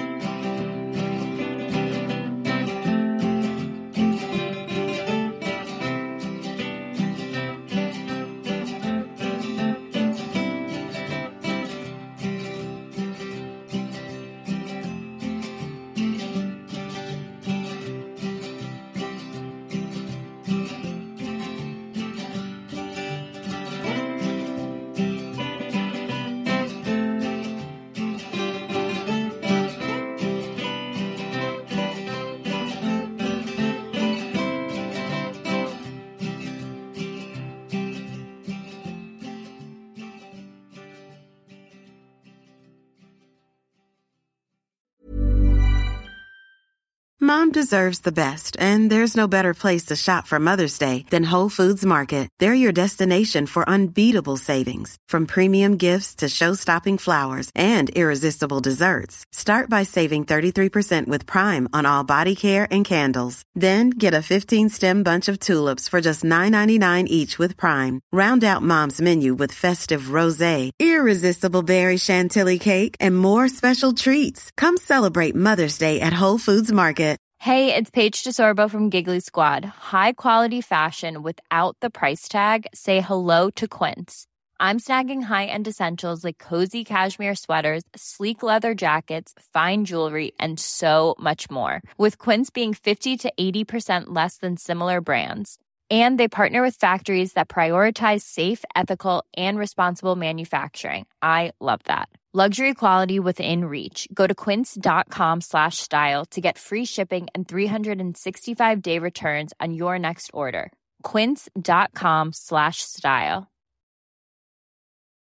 S8: Mom deserves the best, and there's no better place to shop for Mother's Day than Whole Foods Market. They're your destination for unbeatable savings, from premium gifts to show-stopping flowers and irresistible desserts. Start by saving 33% with Prime on all body care and candles. Then get a 15-stem bunch of tulips for just $9.99 each with Prime. Round out Mom's menu with festive rosé, irresistible berry chantilly cake, and more special treats. Come celebrate Mother's Day at Whole Foods Market.
S9: Hey, it's Paige DeSorbo from Giggly Squad. High quality fashion without the price tag. Say hello to Quince. I'm snagging high-end essentials like cozy cashmere sweaters, sleek leather jackets, fine jewelry, and so much more. With Quince being 50 to 80% less than similar brands. And they partner with factories that prioritize safe, ethical, and responsible manufacturing. I love that. Luxury quality within reach. Go to quince.com/style to get free shipping and 365-day returns on your next order. Quince.com/style.